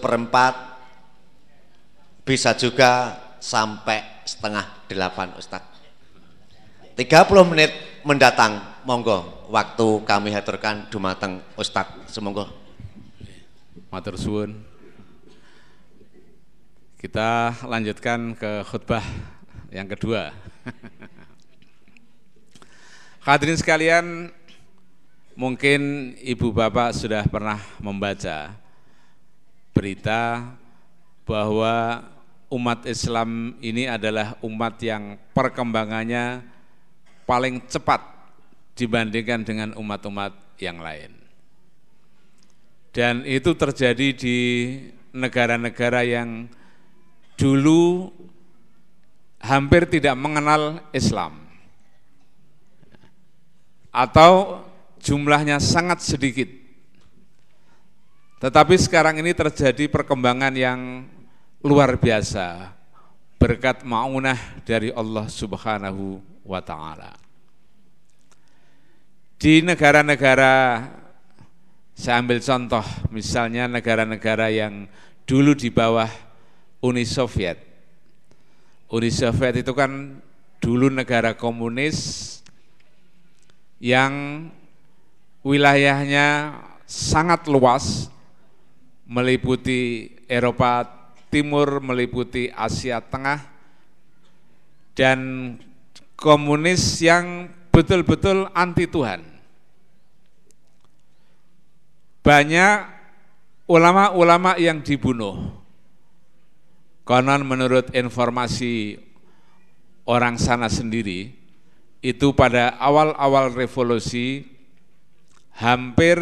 A: bisa juga sampai setengah 8 Ustadz. 30 menit mendatang monggo waktu kami haturkan dumateng Ustadz semonggo.
B: Matur suwun. Kita lanjutkan ke khutbah yang kedua. Hadirin sekalian, mungkin ibu bapak sudah pernah membaca berita bahwa umat Islam ini adalah umat yang perkembangannya paling cepat dibandingkan dengan umat-umat yang lain. Dan itu terjadi di negara-negara yang dulu hampir tidak mengenal Islam atau jumlahnya sangat sedikit. Tetapi sekarang ini terjadi perkembangan yang luar biasa berkat ma'unah dari Allah Subhanahu wa ta'ala. Di negara-negara, saya ambil contoh misalnya negara-negara yang dulu di bawah Uni Soviet. Uni Soviet itu kan dulu negara komunis yang wilayahnya sangat luas, meliputi Eropa Timur, meliputi Asia Tengah, dan komunis yang betul-betul anti Tuhan. Banyak ulama-ulama yang dibunuh, Konon menurut informasi orang sana sendiri, itu pada awal-awal revolusi hampir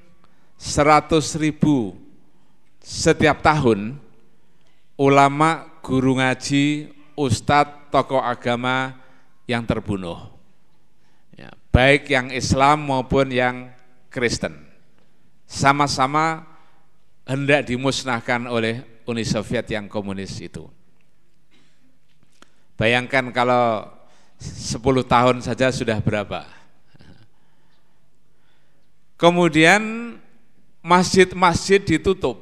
B: 100.000 setiap tahun ulama, guru ngaji, ustadz, tokoh agama yang terbunuh. Ya, baik yang Islam maupun yang Kristen. Sama-sama hendak dimusnahkan oleh Uni Soviet yang komunis itu. Bayangkan kalau 10 tahun saja sudah berapa. Kemudian masjid-masjid ditutup.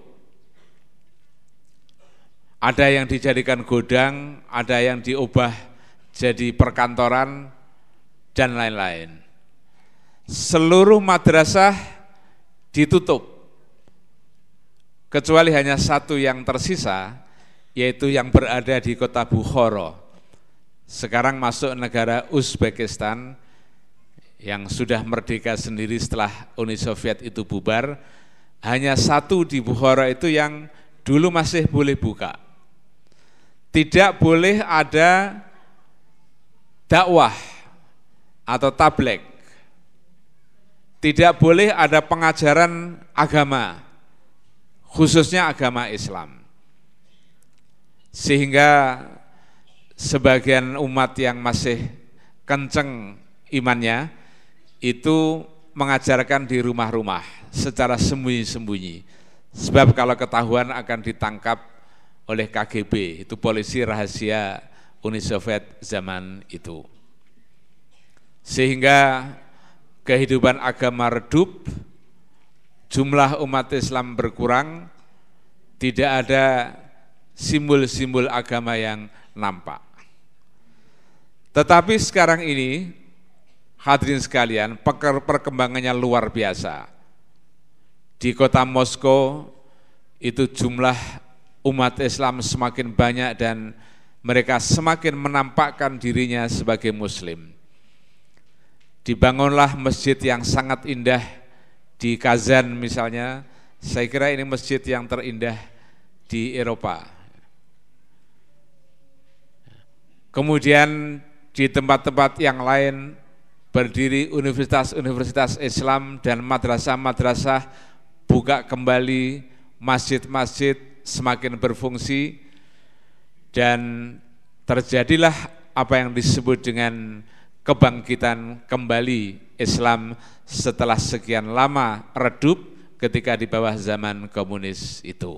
B: Ada yang dijadikan gudang, ada yang diubah jadi perkantoran, dan lain-lain. Seluruh madrasah ditutup. Kecuali hanya satu yang tersisa, yaitu yang berada di kota Bukhara. Sekarang masuk negara Uzbekistan yang sudah merdeka sendiri setelah Uni Soviet itu bubar. Hanya satu di Bukhara itu yang dulu masih boleh buka. Tidak boleh ada dakwah atau tabligh. Tidak boleh ada pengajaran agama, khususnya agama Islam. Sehingga sebagian umat yang masih kenceng imannya itu mengajarkan di rumah-rumah secara sembunyi-sembunyi. Sebab kalau ketahuan akan ditangkap oleh KGB, itu polisi rahasia Uni Soviet zaman itu. Sehingga kehidupan agama redup, jumlah umat Islam berkurang, tidak ada simbol-simbol agama yang nampak. Tetapi sekarang ini, hadirin sekalian, perkembangannya luar biasa. Di kota Moskow itu jumlah umat Islam semakin banyak dan mereka semakin menampakkan dirinya sebagai Muslim. Dibangunlah masjid yang sangat indah di Kazan misalnya, saya kira ini masjid yang terindah di Eropa. Kemudian di tempat-tempat yang lain berdiri universitas-universitas Islam dan madrasah-madrasah, buka kembali masjid-masjid semakin berfungsi, dan terjadilah apa yang disebut dengan kebangkitan kembali Islam setelah sekian lama redup ketika di bawah zaman komunis itu.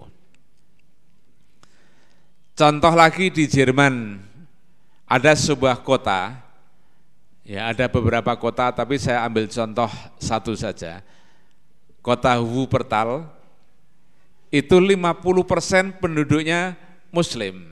B: Contoh lagi di Jerman, ada sebuah kota, ya ada beberapa kota tapi saya ambil contoh satu saja, kota Wuppertal, itu 50% penduduknya Muslim.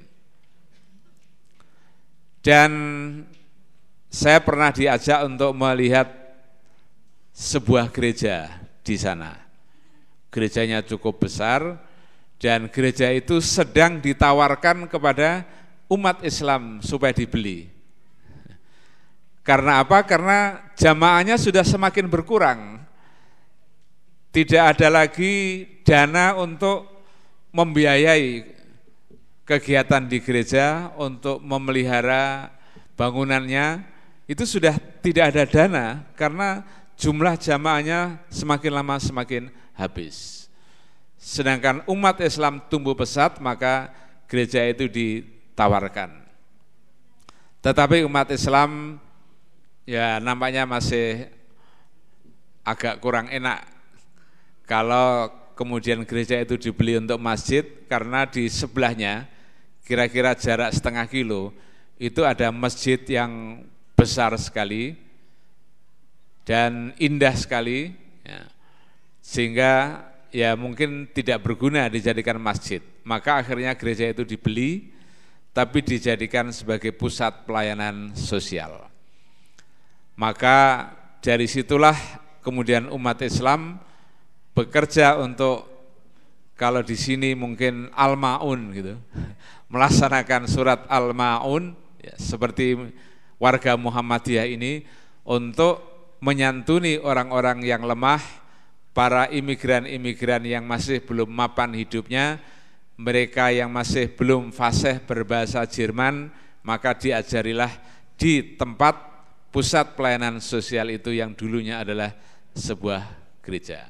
B: Dan saya pernah diajak untuk melihat sebuah gereja di sana. Gerejanya cukup besar dan gereja itu sedang ditawarkan kepada umat Islam supaya dibeli. Karena apa? Karena jamaahnya sudah semakin berkurang. Tidak ada lagi dana untuk membiayai kegiatan di gereja, untuk memelihara bangunannya, itu sudah tidak ada dana karena jumlah jamaahnya semakin lama semakin habis. Sedangkan umat Islam tumbuh pesat, maka gereja itu ditawarkan. Tetapi umat Islam ya nampaknya masih agak kurang enak kalau kemudian gereja itu dibeli untuk masjid, karena di sebelahnya kira-kira jarak setengah kilo itu ada masjid yang besar sekali dan indah sekali, ya, sehingga ya mungkin tidak berguna dijadikan masjid. Maka akhirnya gereja itu dibeli, tapi dijadikan sebagai pusat pelayanan sosial. Maka dari situlah kemudian umat Islam bekerja untuk, kalau di sini mungkin Al-Ma'un gitu, melaksanakan surat Al-Ma'un, ya, seperti warga Muhammadiyah ini, untuk menyantuni orang-orang yang lemah, para imigran-imigran yang masih belum mapan hidupnya, mereka yang masih belum fasih berbahasa Jerman, maka diajarilah di tempat pusat pelayanan sosial itu yang dulunya adalah sebuah gereja.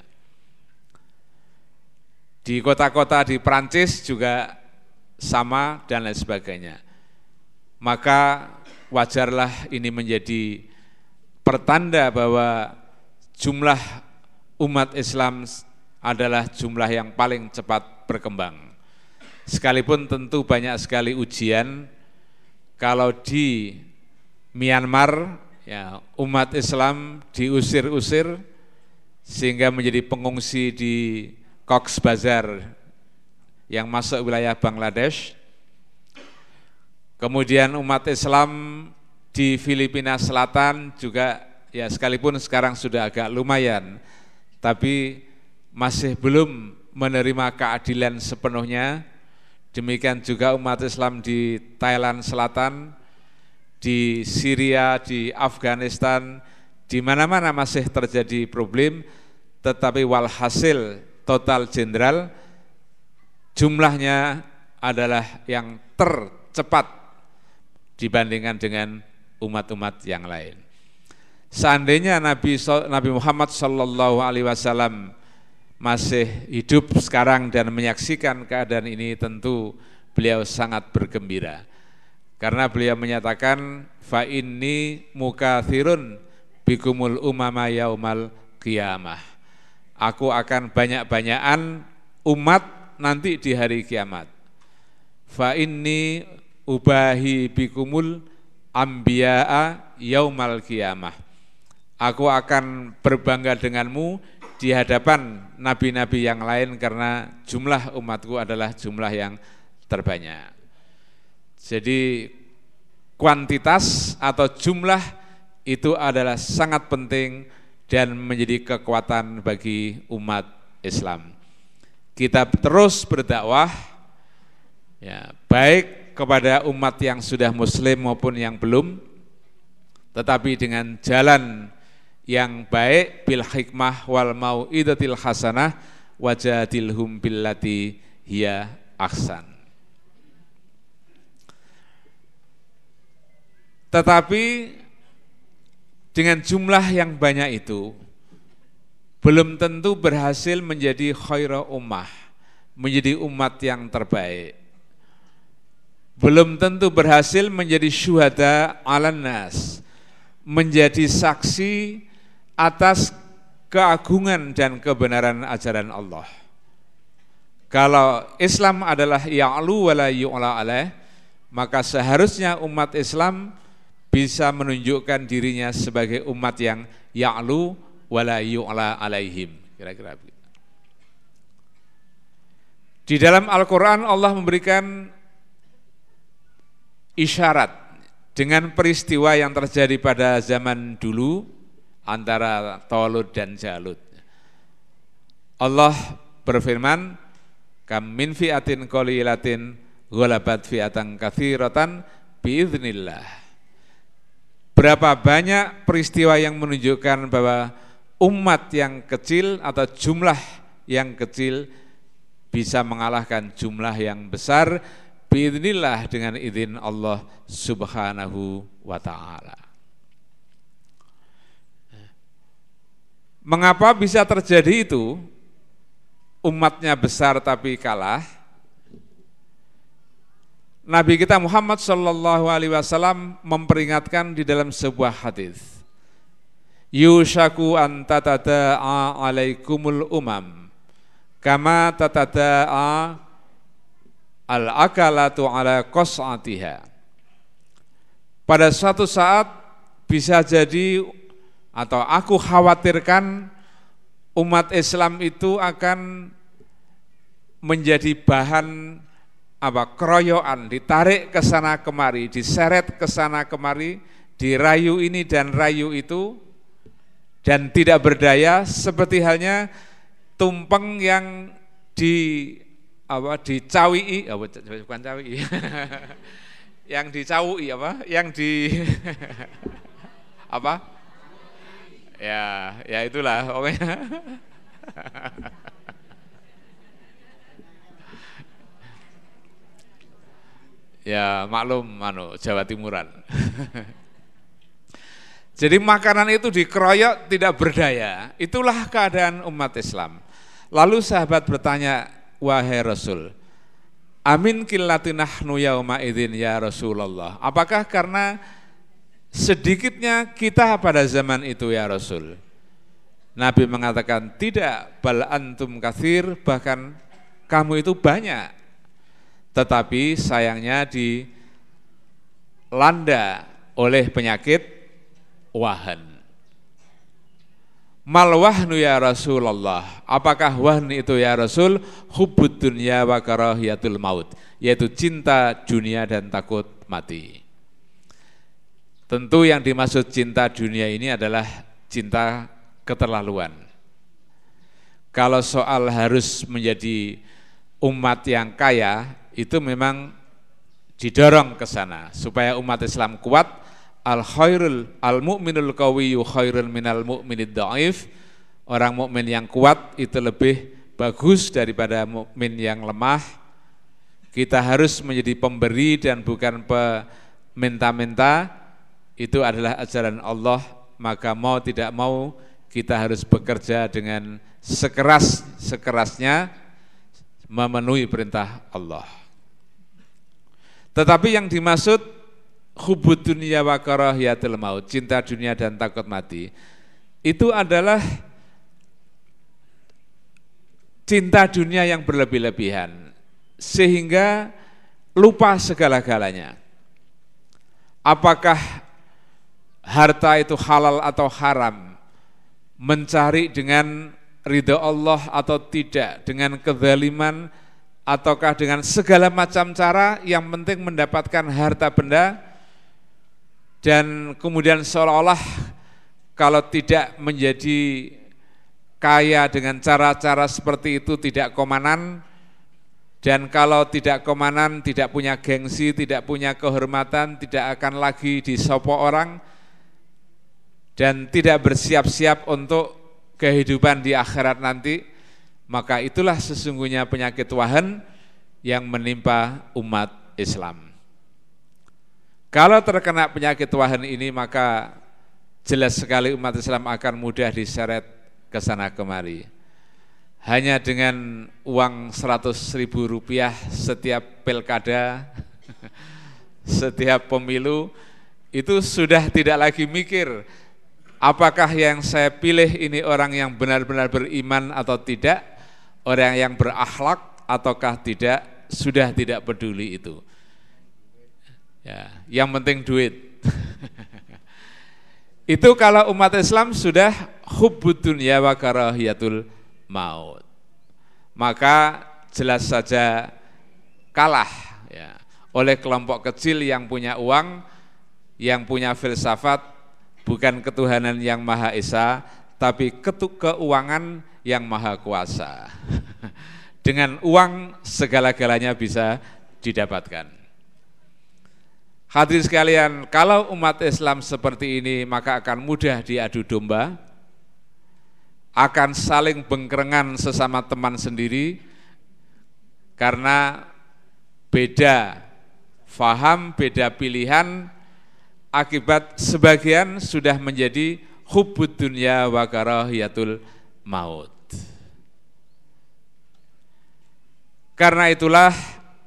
B: Di kota-kota di Perancis juga sama dan lain sebagainya. Maka wajarlah ini menjadi pertanda bahwa jumlah umat Islam adalah jumlah yang paling cepat berkembang. Sekalipun tentu banyak sekali ujian, kalau di Myanmar ya, umat Islam diusir-usir sehingga menjadi pengungsi di Cox's Bazar yang masuk wilayah Bangladesh. Kemudian umat Islam di Filipina Selatan juga ya sekalipun sekarang sudah agak lumayan, tapi masih belum menerima keadilan sepenuhnya. Demikian juga umat Islam di Thailand Selatan, di Syria, di Afghanistan, di mana-mana masih terjadi problem, tetapi walhasil total jenderal jumlahnya adalah yang tercepat dibandingkan dengan umat-umat yang lain. Seandainya Nabi Muhammad SAW masih hidup sekarang dan menyaksikan keadaan ini, tentu beliau sangat bergembira. Karena beliau menyatakan, fa inni mukatsirun bikumul umama yaumal qiyamah. Aku akan banyak-banyakan umat nanti di hari kiamat. Fa inni ubahi bikumul ambiya'a yaumal qiyamah. Aku akan berbangga denganmu di hadapan nabi-nabi yang lain karena jumlah umatku adalah jumlah yang terbanyak. Jadi kuantitas atau jumlah itu adalah sangat penting dan menjadi kekuatan bagi umat Islam. Kita terus berdakwah ya, baik kepada umat yang sudah muslim maupun yang belum, tetapi dengan jalan yang baik, bil hikmah wal mau'idatil hasanah wajadilhum billati hiya ahsan. Tetapi dengan jumlah yang banyak itu belum tentu berhasil menjadi khairu ummah, menjadi umat yang terbaik. Belum tentu berhasil menjadi syuhada 'alan nas, menjadi saksi atas keagungan dan kebenaran ajaran Allah. Kalau Islam adalah ya'lu wa la yu'la alaih, maka seharusnya umat Islam bisa menunjukkan dirinya sebagai umat yang ya'lu wa la yu'la alaihim. Kira-kira begitu. Di dalam Al-Quran Allah memberikan isyarat dengan peristiwa yang terjadi pada zaman dulu antara Talut dan Jalut. Allah berfirman, kam min fi'atin qalilatin ghalabat fi'atan katsiratan biiznillah. Berapa banyak peristiwa yang menunjukkan bahwa umat yang kecil atau jumlah yang kecil bisa mengalahkan jumlah yang besar biiznillah, dengan izin Allah Subhanahu wa ta'ala. Mengapa bisa terjadi itu? Umatnya besar tapi kalah. Nabi kita Muhammad SAW memperingatkan di dalam sebuah hadis. Yushaku an tatada'a alaikumul umam kama tatada'a al-akalatu ala qas'atiha. Pada suatu saat bisa jadi atau aku khawatirkan umat Islam itu akan menjadi bahan keroyokan, ditarik ke sana kemari, diseret ke sana kemari, dirayu ini dan rayu itu, dan tidak berdaya, seperti halnya tumpeng yang dicawii, bukan cawii, yang dicawui yang di ya itulah pokoknya. Ya maklum Jawa Timuran. Jadi makanan itu dikeroyok tidak berdaya, itulah keadaan umat Islam. Lalu sahabat bertanya, wahai Rasul, amin qillati nahnu yauma idzin ya Rasulullah. Apakah karena sedikitnya kita pada zaman itu ya Rasul? Nabi mengatakan, tidak, bal antum katsir, bahkan kamu itu banyak. Tetapi sayangnya dilanda oleh penyakit wahan. Mal wahnu ya Rasulullah, apakah wahn itu ya Rasul? Hubbud dunya wa karahiyatul maut, yaitu cinta dunia dan takut mati. Tentu yang dimaksud cinta dunia ini adalah cinta keterlaluan. Kalau soal harus menjadi umat yang kaya, itu memang didorong ke sana supaya umat Islam kuat. Al-mu'minul qawiyyu khairun minal mu'minid dha'if. Orang mukmin yang kuat itu lebih bagus daripada mukmin yang lemah. Kita harus menjadi pemberi dan bukan peminta-minta. Itu adalah ajaran Allah, maka mau tidak mau kita harus bekerja dengan sekeras-kerasnya memenuhi perintah Allah. Tetapi yang dimaksud hubbud dunya wa karahiyatul maut, cinta dunia dan takut mati, itu adalah cinta dunia yang berlebih-lebihan sehingga lupa segala-galanya. Apakah harta itu halal atau haram, mencari dengan ridha Allah atau tidak, dengan kezaliman ataukah dengan segala macam cara, yang penting mendapatkan harta benda. Dan kemudian seolah-olah kalau tidak menjadi kaya dengan cara-cara seperti itu tidak komanan, dan kalau tidak komanan tidak punya gengsi, tidak punya kehormatan, tidak akan lagi disopo orang, dan tidak bersiap-siap untuk kehidupan di akhirat nanti, maka itulah sesungguhnya penyakit wahan yang menimpa umat Islam. Kalau terkena penyakit wahan ini, maka jelas sekali umat Islam akan mudah diseret ke sana kemari. Hanya dengan uang 100.000 rupiah setiap pilkada, setiap pemilu, itu sudah tidak lagi mikir apakah yang saya pilih ini orang yang benar-benar beriman atau tidak, orang yang berakhlak ataukah tidak, sudah tidak peduli itu. Ya, yang penting duit. Itu kalau umat Islam sudah hubbud dunya wa karahiyatul maut, maka jelas saja kalah ya, oleh kelompok kecil yang punya uang, yang punya filsafat, bukan ketuhanan yang Maha Esa, tapi keuangan yang Maha Kuasa. Dengan uang segala-galanya bisa didapatkan. Hadirin sekalian, kalau umat Islam seperti ini, maka akan mudah diadu domba, akan saling bengkerengan sesama teman sendiri, karena beda faham, beda pilihan, akibat sebagian sudah menjadi hubbud dunya wa karahiyatul maut. Karena itulah,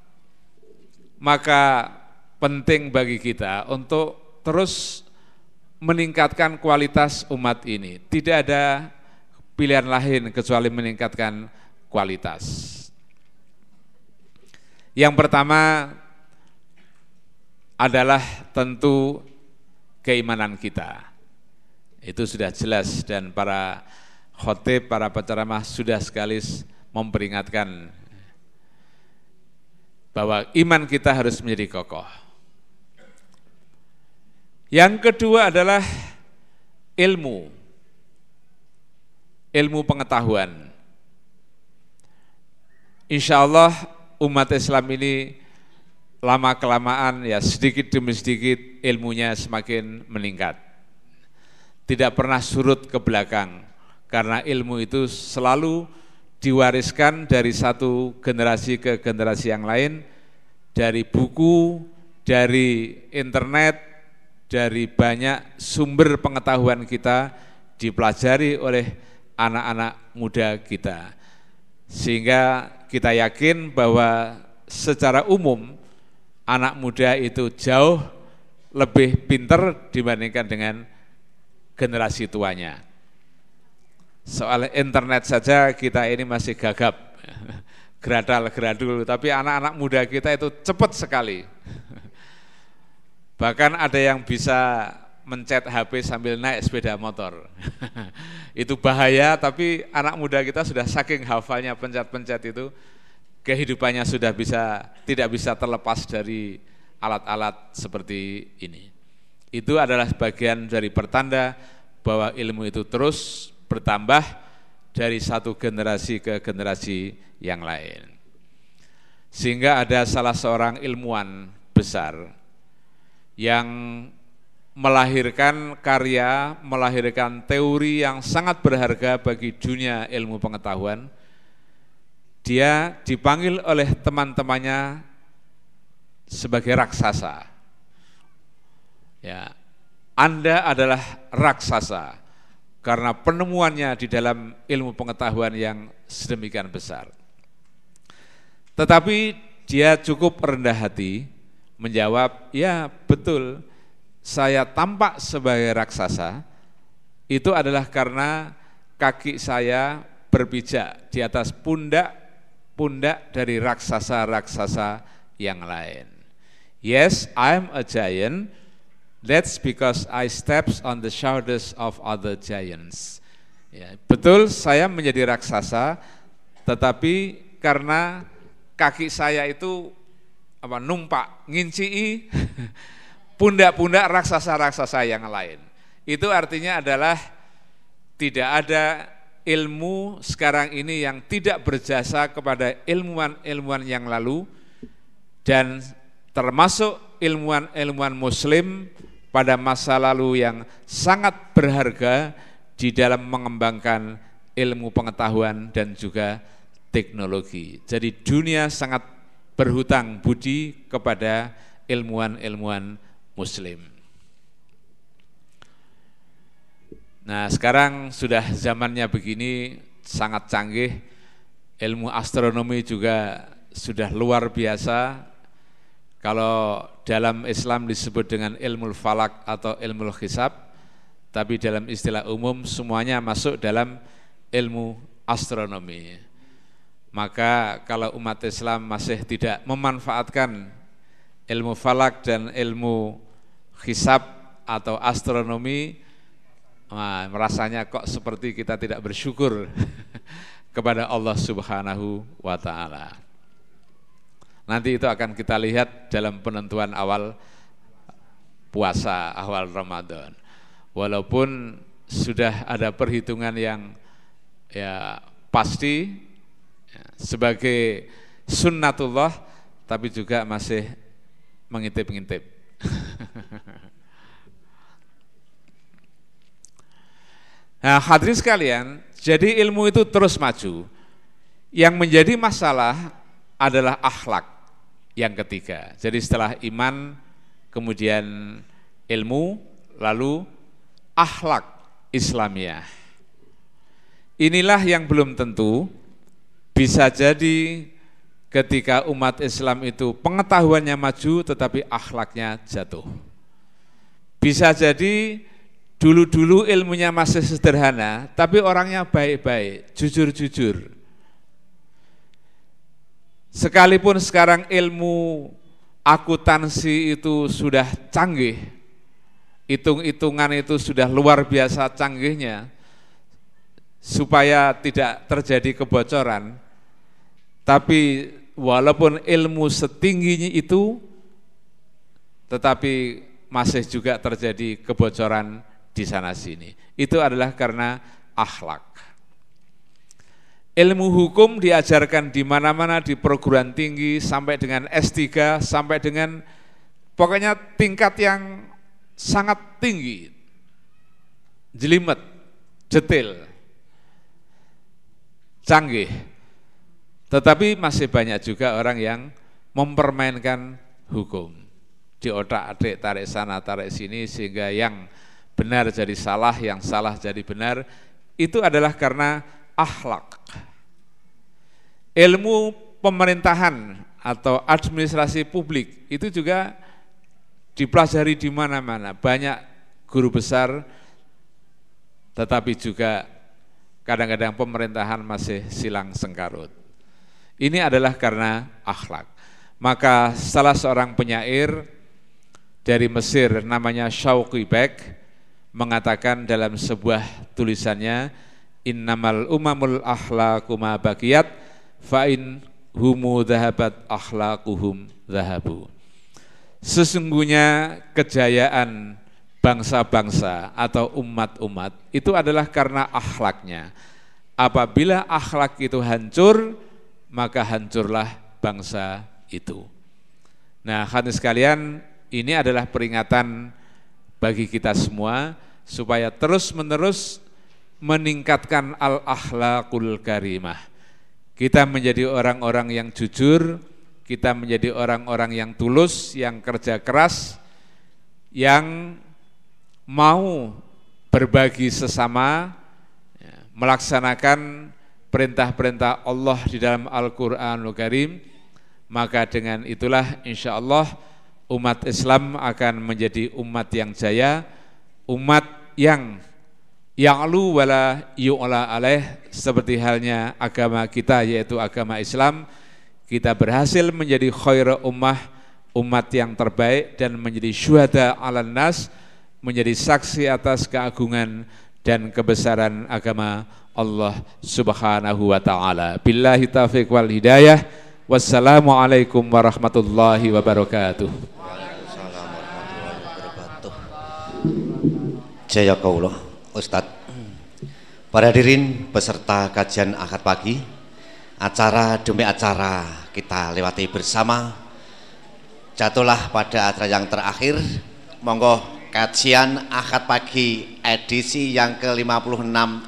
B: maka penting bagi kita untuk terus meningkatkan kualitas umat ini. Tidak ada pilihan lain kecuali meningkatkan kualitas. Yang pertama adalah tentu keimanan kita. Itu sudah jelas dan para khotib, para penceramah sudah sekali memperingatkan bahwa iman kita harus menjadi kokoh. Yang kedua adalah ilmu pengetahuan. Insya Allah umat Islam ini lama-kelamaan ya sedikit demi sedikit ilmunya semakin meningkat. Tidak pernah surut ke belakang, karena ilmu itu selalu diwariskan dari satu generasi ke generasi yang lain, dari buku, dari internet, dari banyak sumber pengetahuan kita dipelajari oleh anak-anak muda kita. Sehingga kita yakin bahwa secara umum anak muda itu jauh lebih pintar dibandingkan dengan generasi tuanya. Soal internet saja kita ini masih gagap, geradal-geradul, tapi anak-anak muda kita itu cepat sekali. Bahkan ada yang bisa mencet HP sambil naik sepeda motor. Itu bahaya, tapi anak muda kita sudah saking hafalnya pencet-pencet itu, kehidupannya sudah tidak bisa terlepas dari alat-alat seperti ini. Itu adalah bagian dari pertanda bahwa ilmu itu terus bertambah dari satu generasi ke generasi yang lain. Sehingga ada salah seorang ilmuwan besar yang melahirkan karya, melahirkan teori yang sangat berharga bagi dunia ilmu pengetahuan. Dia dipanggil oleh teman-temannya sebagai raksasa. Ya, Anda adalah raksasa karena penemuannya di dalam ilmu pengetahuan yang sedemikian besar. Tetapi dia cukup rendah hati menjawab, ya betul, saya tampak sebagai raksasa, itu adalah karena kaki saya berpijak di atas pundak dari raksasa-raksasa yang lain. Yes, I'm a giant, that's because I steps on the shoulders of other giants. Ya, betul, saya menjadi raksasa, tetapi karena kaki saya itu numpak, ngincii pundak-pundak raksasa-raksasa yang lain. Itu artinya adalah tidak ada ilmu sekarang ini yang tidak berjasa kepada ilmuwan-ilmuwan yang lalu, dan termasuk ilmuwan-ilmuwan muslim pada masa lalu yang sangat berharga di dalam mengembangkan ilmu pengetahuan dan juga teknologi. Jadi dunia sangat berhutang budi kepada ilmuwan-ilmuwan muslim. Nah, sekarang sudah zamannya begini, sangat canggih, ilmu astronomi juga sudah luar biasa. Kalau dalam Islam disebut dengan ilmu falak atau ilmu hisab, tapi dalam istilah umum semuanya masuk dalam ilmu astronomi. Maka kalau umat Islam masih tidak memanfaatkan ilmu falak dan ilmu hisab atau astronomi, merasanya kok seperti kita tidak bersyukur kepada Allah Subhanahu wa ta'ala. Nanti itu akan kita lihat dalam penentuan awal puasa, awal Ramadan. Walaupun sudah ada perhitungan yang ya pasti sebagai sunnatullah, tapi juga masih mengintip-ngintip. Nah, hadirin sekalian, jadi ilmu itu terus maju. Yang menjadi masalah adalah akhlak yang ketiga. Jadi setelah iman, kemudian ilmu, lalu akhlak Islamiyah. Inilah yang belum tentu. Bisa jadi ketika umat Islam itu pengetahuannya maju tetapi akhlaknya jatuh. Bisa jadi dulu-dulu ilmunya masih sederhana tapi orangnya baik-baik, jujur-jujur. Sekalipun sekarang ilmu akuntansi itu sudah canggih, hitung-hitungan itu sudah luar biasa canggihnya, supaya tidak terjadi kebocoran, tapi walaupun ilmu setingginya itu, tetapi masih juga terjadi kebocoran di sana sini. Itu adalah karena akhlak. Ilmu hukum diajarkan di mana-mana, di perguruan tinggi sampai dengan S3, sampai dengan pokoknya tingkat yang sangat tinggi, jelimet, detail, canggih. Tetapi masih banyak juga orang yang mempermainkan hukum. Di otak-atik tarik sana tarik sini sehingga yang benar jadi salah, yang salah jadi benar. Itu adalah karena akhlak. Ilmu pemerintahan atau administrasi publik itu juga dipelajari di mana-mana. Banyak guru besar, tetapi juga kadang-kadang pemerintahan masih silang sengkarut. Ini adalah karena akhlak. Maka salah seorang penyair dari Mesir namanya Shauqi Bek mengatakan dalam sebuah tulisannya, innamal umamul akhlaqu ma baqiyat fa in humu dhahabat akhlaquhum dhahabu. Sesungguhnya kejayaan bangsa-bangsa atau umat-umat itu adalah karena akhlaknya. Apabila akhlak itu hancur, maka hancurlah bangsa itu. Nah, hadirin sekalian, ini adalah peringatan bagi kita semua supaya terus-menerus meningkatkan al-akhlaqul karimah. Kita menjadi orang-orang yang jujur, kita menjadi orang-orang yang tulus, yang kerja keras, yang mau berbagi sesama, melaksanakan perintah-perintah Allah di dalam Al-Qur'anul Karim. Maka dengan itulah insya Allah umat Islam akan menjadi umat yang jaya, umat yang ya'lu wala yu'la alaih, seperti halnya agama kita yaitu agama Islam. Kita berhasil menjadi khairu ummah, umat yang terbaik, dan menjadi syuhada 'alan nas, menjadi saksi atas keagungan dan kebesaran agama Allah Subhanahu wa taala. Billahi taufiq wal hidayah. Wassalamualaikum warahmatullahi wabarakatuh.
A: Waalaikumsalam warahmatullahi wabarakatuh. Jaya kaula Ustadz. Para hadirin peserta kajian Ahad pagi, acara demi acara kita lewati bersama. Jatuhlah pada acara yang terakhir. Monggo kajian Ahad pagi edisi yang ke-56